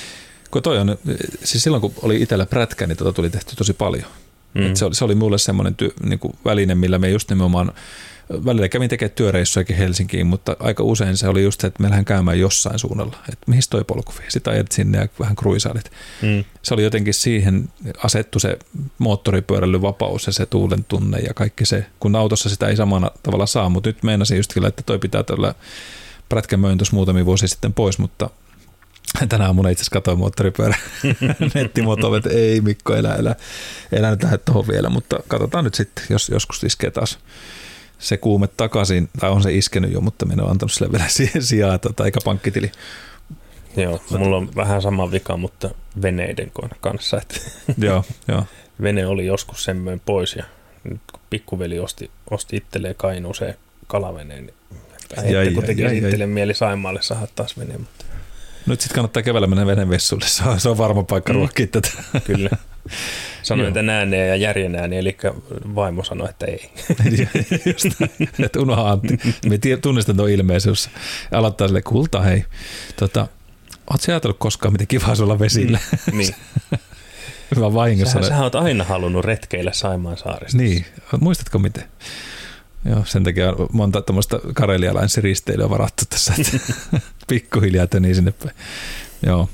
Kun toi on, siis silloin kun oli itsellä prätkä, niin tota tuli tehty tosi paljon. Mm. Et se, oli, se oli mulle semmoinen ty, niin kuin väline, millä me just nimenomaan, välillä kävin tekemään työreissuakin Helsinkiin, mutta aika usein se oli just se, että me lähdin käymään jossain suunnalla, että mihin toi polku vie. Sitten ajet sinne ja vähän kruisailit. Mm. Se oli jotenkin siihen asettu se moottoripyöräilyvapaus ja se tuulen tunne ja kaikki se, kun autossa sitä ei samana tavalla saa, mutta nyt meinasin just kyllä, että toi pitää tällä prätkän möin tuossa muutamia vuosia sitten pois, mutta tänä aamuna itse asiassa katsoin moottoripyörä nettimotolle, että ei Mikko, elä, elä, elä nyt lähde tuohon vielä, mutta katsotaan nyt sitten, jos joskus iskee taas se kuume takaisin, tai on se iskenyt jo, mutta minä olen antanut sille vielä sijaa, tai eikä pankkitili.
Joo, mulla on vähän sama vika, mutta veneiden kanssa. Että
joo, joo.
Vene oli joskus semmoinen pois, ja nyt kun pikkuveli osti, osti itselleen Kainuuseen kalaveneen, niin jäi, kun teki itselleen mieli Saimaalle saada taas veneen. Mutta
nyt sitten kannattaa keväällä mennä venevessulle, se on, se on varma paikka mm. ruokkia tätä.
Kyllä. Sanoin, että ääneen ja järjen ääni, eli vaimo sanoi, että ei.
Just että unoha Antti. Me tunnistan tuon ilmeisyys. Aloittaa sille kulta, hei. Tota, ootko ajatellut koskaan, miten kiva olla vesillä? Mm, niin. Hyvä vahingossa.
Sähän, sähän oot aina halunnut retkeillä Saimaan saarista.
Niin. Muistatko miten? Joo, sen takia on monta tämmöistä karelialaisristeilyä varattu tässä, että pikkuhiljaa tönii sinne päin. Joo.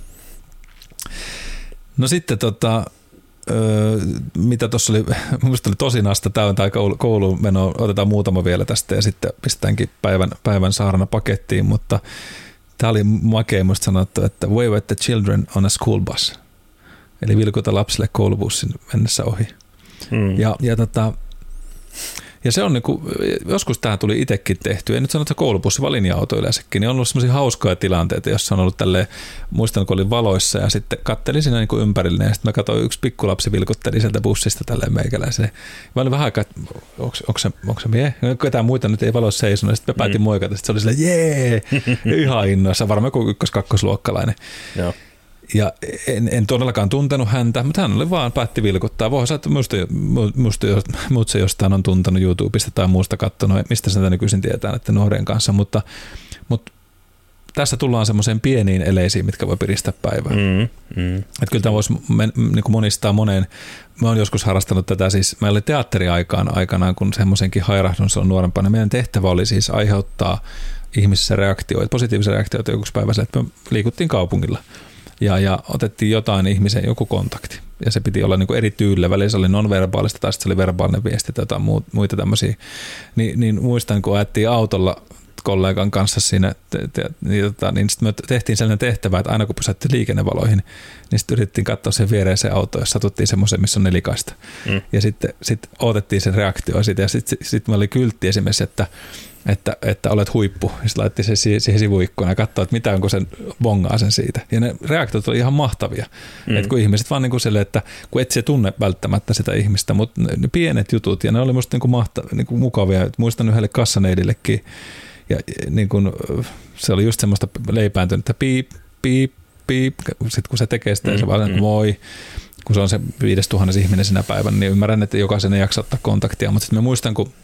No sitten tota, öö, mitä tuossa oli, minusta oli tosinasta täyntää kouluun menoa, otetaan muutama vielä tästä ja sitten pistetäänkin päivän, päivän saarana pakettiin, mutta tämä oli makea musta sanottu, että wave at the children on a school bus, eli vilkuta lapsille koulubussin mennessä ohi. Hmm. Ja, ja tota, Ja se on niinku, joskus tähän tuli itsekin tehty, en nyt sano, että koulubussi, vaan linja-auto yleensäkin, niin on ollut semmoisia hauskoja tilanteita, jossa on ollut tälleen, muistan kun olin valoissa ja sitten kattelin siinä niinku ympärille ja sitten mä katsoin, yksi pikkulapsi vilkutteli sieltä bussista tälleen meikäläiseen. Mä olin vähän aikaa, että onko se, se mie? Ketään muita nyt ei valoissa seisonut ja sitten mä päätin mm. moikata, sitten se oli silleen jee, ihan innoissa, varmaan joku ykkös-kakkosluokkalainen. Joo. Ja en, en todellakaan tuntenut häntä, mutta hän oli vaan päätti vilkuttaa. Voi sä, että musta, musta, musta jostain on tuntenut YouTubesta tai muusta katsonut, mistä sen nykyisin tietää näiden nuorien kanssa, mutta, mutta tässä tullaan semmoiseen pieniin eleisiin, mitkä voi piristää päivää. Mm, mm. Että kyllä tämä voisi niin monistaa moneen. Mä oon joskus harrastanut tätä, siis meillä oli teatteriaikaan aikanaan, kun semmoisenkin hairahdun silloin nuorempana. Meidän tehtävä oli siis aiheuttaa ihmisissä reaktioita, positiivisia reaktioita joku päivä, että me liikuttiin kaupungilla. Ja, ja otettiin jotain ihmisen joku kontakti. Ja se piti olla niinku eri tyylillä. Välillä se oli non-verbaalista tai sitten se oli verbaalinen viesti tai jotain muita tämmöisiä. Ni, niin muistan, kun ajettiin autolla kollegan kanssa siinä, te, te, niin, tota, niin sitten me tehtiin sellainen tehtävä, että aina kun pysähtiin liikennevaloihin, niin sitten yritettiin katsoa sen viereiseen autoon, jos satuttiin semmoisen, missä on nelikaista. Mm. Ja sitten sit otettiin sen reaktio siitä ja sitten sit meillä oli kyltti esimerkiksi, että Että, että olet huippu. Ja sitten laitettiin se siihen sivuikkoon ja katsoi, että mitä onko sen bongaa sen siitä. Ja ne reaktiot oli ihan mahtavia. Mm. Että kun ihmiset vaan niin kuin sille, että kun et se tunne välttämättä sitä ihmistä, mutta ne, ne pienet jutut ja ne oli musta niin kuin mahta, niin kuin mukavia. Muistan yhdelle kassaneidillekin ja niin kuin, se oli just semmoista leipääntynyttä piip, piip, piip. Sitten kun se tekee sitä, mm. se vaan, että moi. Kun se on se viides tuhannes ihminen sinä päivänä, niin ymmärrän, että jokaisen ei jaksa ottaa kontaktia. Mutta sitten mä muistan, kun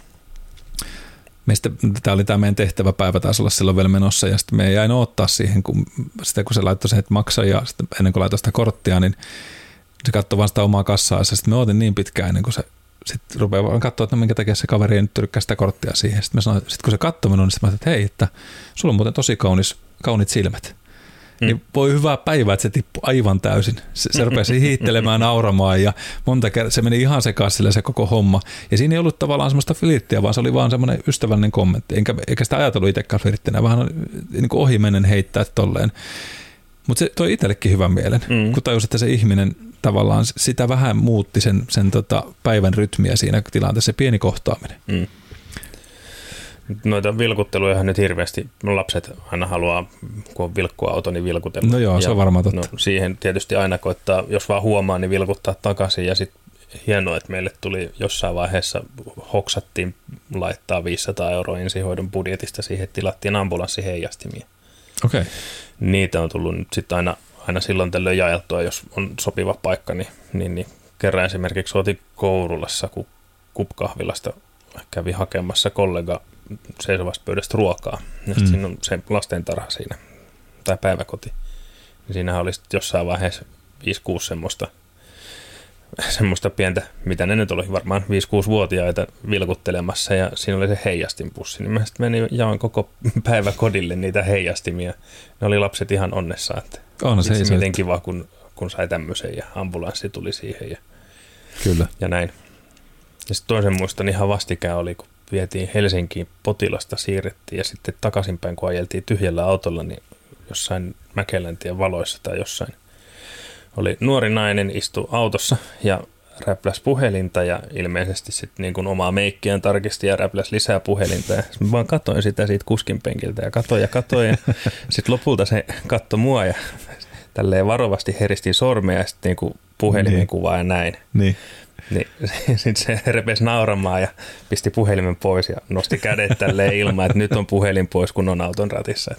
meistä, tämä oli tämä meidän tehtäväpäivä, taisi olla silloin vielä menossa, ja sitten me jäin odottaa siihen, kun, sitä, kun se laittoi sen, että maksaa, ja sitten ennen kuin laittoi sitä korttia, niin se katsoi vaan sitä omaa kassaa, ja sitten me odotin niin pitkään, ennen kuin se sitten rupeaa vaan katsoa, että no minkä takia se kaveri ei nyt tyrkkää sitä korttia siihen. Sitten, sanoin, sitten kun se katsoi minun, niin sitten mä ajattelin, että hei, että sulla on muuten tosi kaunis, kaunit silmät. Mm. Niin voi hyvää päivää, että se tippui aivan täysin. Se, se rupesi hiittelemään, nauramaan ja monta kertaa se meni ihan sekaisin se koko homma. Ja siinä ei ollut tavallaan semmoista flirttiä, vaan se oli vaan semmoinen ystävällinen kommentti. Enkä, eikä sitä ajatellut itsekään flirttinä, vähän niin kuin ohimennen heittää tolleen. Mutta se toi itsellekin hyvän mielen, mm. kun tajus, että se ihminen tavallaan sitä vähän muutti sen, sen tota päivän rytmiä siinä tilanteessa, se pieni kohtaaminen. Mm.
Noita vilkutteluja nyt hirveästi lapset aina haluaa, kun on vilkkuauto, niin vilkutella.
No joo, ja se on varmaan totta.
No, siihen tietysti aina koittaa, jos vaan huomaa, niin vilkuttaa takaisin. Ja sitten hienoa, että meille tuli jossain vaiheessa, hoksattiin laittaa viisisataa euroa ensihoidon budjetista siihen, että tilattiin ambulanssiheijastimia.
Okei. Okay.
Niitä on tullut nyt sitten aina, aina silloin tällöin jaeltua, jos on sopiva paikka. Niin, niin, niin kerran esimerkiksi otin Kourulassa, kun Kupkahvilasta kävi hakemassa kollega seisovasta pöydästä ruokaa. Ja mm. siinä on se lastentarha siinä, tai päiväkoti. Siinähän oli jossain vaiheessa viisi kuusi semmoista, semmoista pientä, mitä ne nyt oli varmaan viisi kuusi vuotiaita vilkuttelemassa ja siinä oli se heijastinpussi. Niin mä sitten menin jaoin koko päivä kodille niitä heijastimia. Ne oli lapset ihan onnessa, että
on se
itse miten kiva, kun, kun sai tämmöisen ja ambulanssi tuli siihen ja,
Kyllä.
ja näin. Ja sitten toisen muistan ihan vastikään oli, kun vietiin Helsinkiin potilasta, siirrettiin ja sitten takaisinpäin, kun ajeltiin tyhjällä autolla, niin jossain Mäkeläntien valoissa tai jossain oli nuori nainen istu autossa ja räpläsi puhelinta ja ilmeisesti sitten niin kuin omaa meikkiään tarkisti ja räpläsi lisää puhelinta. Ja mä vaan katsoin sitä siitä kuskin penkiltä ja katsoin ja katsoin ja sitten lopulta se katsoi mua ja tälleen varovasti heristi sormea ja sitten niin kuin puhelimen niin. kuvaa ja näin.
Niin.
Niin sitten se repesi nauramaan ja pisti puhelimen pois ja nosti kädet tälleen ilman, että nyt on puhelin pois, kun on auton ratissa.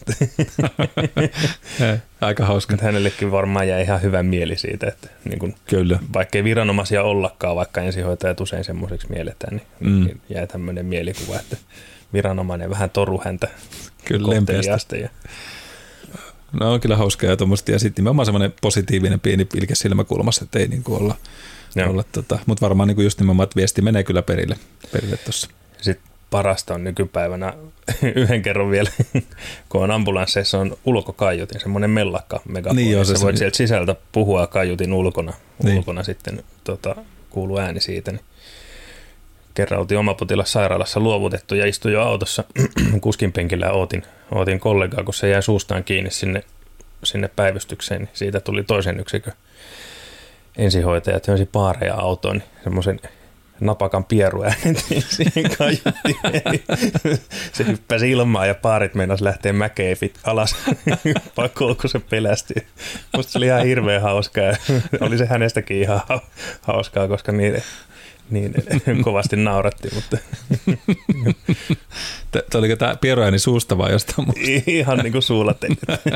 Aika hauska.
Hänellekin varmaan jäi ihan hyvä mieli siitä, että niin kun,
Kyllä.
vaikka ei viranomaisia ollakaan, vaikka ensihoitajat usein semmoiseksi mielletään, niin, mm. niin jäi tämmöinen mielikuva, että viranomainen vähän toru häntä kohteliaasti. Ja...
No on kyllä hauskaa ja tuommoista. Ja sitten nimenomaan semmoinen positiivinen pieni pilke silmäkulmassa, että ei niin kuin olla... olla tota, mutta varmaan niin kuin just nimenomaan, että viesti menee kyllä perille, perille tuossa.
Sitten parasta on nykypäivänä yhden kerran vielä, kun on ambulansseissa on ulkokaiutin, semmoinen mellakka megafoni. Niin sä voit se... sieltä sisältä puhua kaiutin ulkona, niin. ulkona sitten tota, kuuluu ääni siitä. Niin kerran oltiin oma potilas sairaalassa luovutettu ja istuin jo autossa kuskin penkillä ja ootin, ootin kollegaa, kun se jäi suustaan kiinni sinne, sinne päivystykseen, niin siitä tuli toisen yksikön ensihoitajat työnsi paareja autoon, niin semmoisen napakan pieruäänen siihen kaiuttiin. Se hyppäsi ilmaan ja paarit meinasi lähteä mäkeen fit alas pakoon, kun se pelästyi. Musta se oli ihan hirveän hauskaa ja oli se hänestäkin ihan hauskaa, koska niin, niin kovasti naurattiin. Mutta...
Oliko tämä pieruääni suusta vai jostain muusta?
Ihan niin kuin suulaten.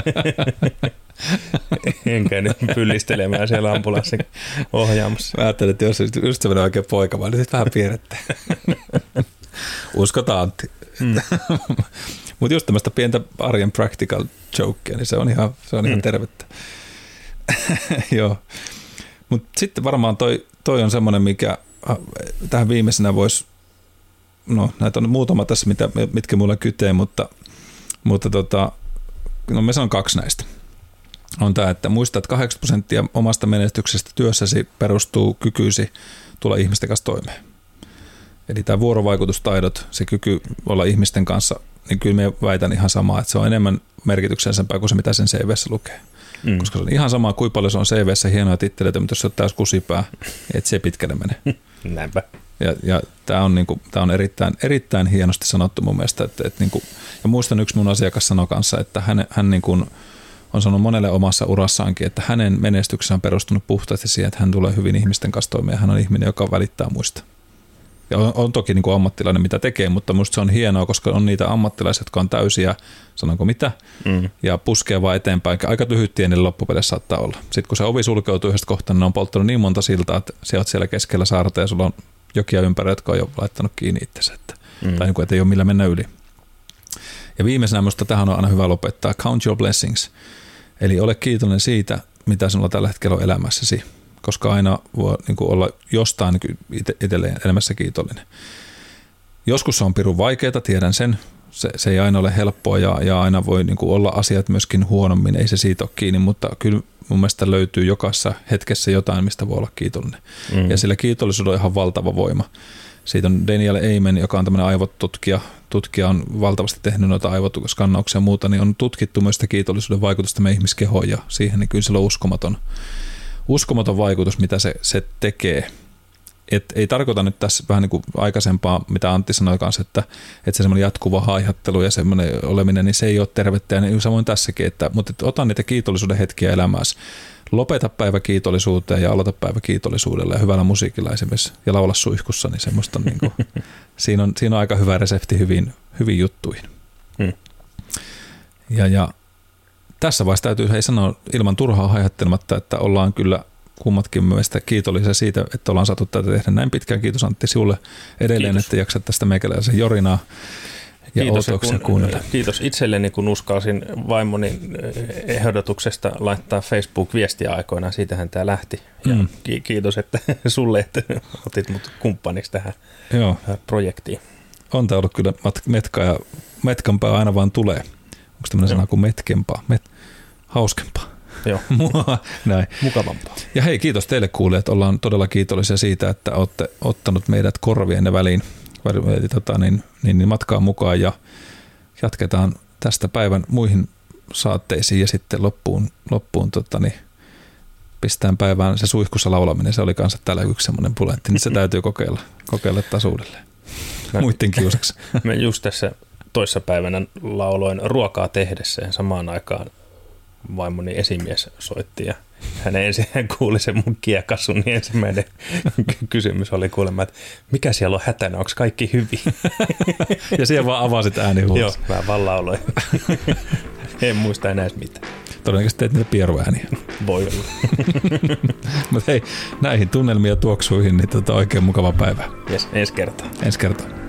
Enkä nyt pyllistelemään siellä ambulanssin ohjaamassa.
Mä ajattelin, että jos just semmoinen oikein poika, vaan nyt vähän piirrettä. Uskotaan Antti. Mm. Mutta just tämmöistä pientä arjen practical jokea, niin se on ihan, se on ihan mm. tervettä. Joo. Mutta sitten varmaan toi, toi on semmoinen, mikä tähän viimeisenä voisi, no näitä on muutama tässä, mitä, mitkä mulla kytee, mutta, mutta tota, no me sanon kaksi näistä. On tämä, että muista, että kahdeksankymmentä prosenttia omasta menestyksestä työssäsi perustuu kykyysi tulla ihmisten kanssa toimeen. Eli tämä vuorovaikutustaidot, se kyky olla ihmisten kanssa, niin kyllä me väitän ihan samaa, että se on enemmän merkityksellisempää kuin se, mitä sen C V:ssä lukee. Mm. Koska se on ihan sama, kuinka paljon se on C V:ssä hienoja titteleitä, mutta jos se on täys kusipää, et se pitkälle mene.
Näinpä.
Ja, ja tämä on, niinku, tää on erittäin, erittäin hienosti sanottu mun mielestä. Että, et niinku, ja muistan yksi mun asiakas sanoi kanssa, että hän, hän niinku, on sanonut monelle omassa urassaankin, että hänen menestyksensä on perustunut puhtaasti siihen, että hän tulee hyvin ihmisten kanssa toimeen. Hän on ihminen, joka välittää muista. Ja on, on toki niin kuin ammattilainen, mitä tekee, mutta musta se on hienoa, koska on niitä ammattilaisia, jotka on täysiä, sanonko mitä, mm. ja puskee vaan eteenpäin. Aika lyhyt tie niille loppupeleissä saattaa olla. Sitten kun se ovi sulkeutuu yhdestä kohtaa, niin ne on polttanut niin monta siltaa, että sä oot siellä keskellä saarta ja sulla on jokia ympäri, jotka on jo laittanut kiinni itsensä. Että, mm. Tai niin kuin, että ei ole millä mennä yli. Ja viimeisenä minusta tähän on aina hyvä lopettaa. Count your blessings. Eli ole kiitollinen siitä, mitä sinulla tällä hetkellä on elämässäsi, koska aina voi niin kuin olla jostain niin itselleen elämässä kiitollinen. Joskus se on pirun vaikeaa, tiedän sen. Se, se ei aina ole helppoa ja, ja aina voi niin kuin olla asiat myöskin huonommin, ei se siitä ole kiinni, mutta kyllä mun mielestä löytyy jokaisessa hetkessä jotain, mistä voi olla kiitollinen. Mm. Ja sillä kiitollisuudella on ihan valtava voima. Siitä on Daniel Amen, joka on tämmöinen aivotutkija, tutkija on valtavasti tehnyt noita aivoskannauksia ja muuta, niin on tutkittu myös sitä kiitollisuuden vaikutusta meidän ihmiskehoon ja siihen, niin kyllä sillä on uskomaton, uskomaton vaikutus, mitä se, se tekee. Et ei tarkoita nyt tässä vähän niin kuin aikaisempaa, mitä Antti sanoi kanssa, että, että se semmoinen jatkuva haihattelu ja semmoinen oleminen, niin se ei ole tervettä. Ja niin samoin tässäkin, että, mutta että ota niitä kiitollisuuden hetkiä elämääsi. Lopeta päivä kiitollisuuteen ja aloita päivä kiitollisuudella ja hyvällä musiikilla esimerkiksi ja laula suihkussa, niin semmoista niin kuin, siinä, on, siinä on aika hyvä resepti hyvin, hyvin juttuihin. Mm. Ja, ja tässä vaiheessa täytyy hei sanoa ilman turhaa haihattelematta, että ollaan kyllä kummatkin mielestä kiitollisia siitä, että ollaan saatu tätä tehdä näin pitkään. Kiitos Antti sinulle edelleen, Kiitos. Että jaksat tästä meikäläisen jorinaa ja otoksen kuunnella.
Kiitos itselleni, kun uskalsin vaimoni ehdotuksesta laittaa Facebook-viestiä aikoinaan. Siitähän tämä lähti. Ja mm. kiitos, että sulle, että otit mut kumppaniksi tähän Joo. projektiin.
On tämä ollut kyllä metka ja metkampaa aina vaan tulee. Onko tämmöinen sana kuin metkempaa? Met, hauskempaa.
Joo.
Näin.
Mukavampaa.
Ja hei, kiitos teille kuulijat. Ollaan todella kiitollisia siitä, että olette ottanut meidät korvienne väliin tota, niin, niin, niin matkaan mukaan ja jatketaan tästä päivän muihin saatteisiin ja sitten loppuun, loppuun tota, niin, pistään päivään se suihkussa laulaminen. Se oli kanssa täällä yksi semmoinen pulentti, niin se täytyy kokeilla, kokeilla taas uudelleen. Muiden kiusaksi.
Me just tässä toissapäivänä lauloin ruokaa tehdessä ja samaan aikaan vaimoni esimies soitti ja hän ensin kuuli sen mun kiekasun, niin ensimmäinen kysymys oli kuulemma, että mikä siellä on hätänä, onko kaikki hyvin?
Ja siellä vaan avasit äänihuulossa.
Joo, mä vaan lauloin. En muista enää mitään.
Todennäköisesti teet niitä pieruääniä.
Voi olla.
Mutta hei, näihin tunnelmiin ja tuoksuihin, niin tota oikein mukava päivä.
Jes, ensi kertaa.
Ensi kertaa.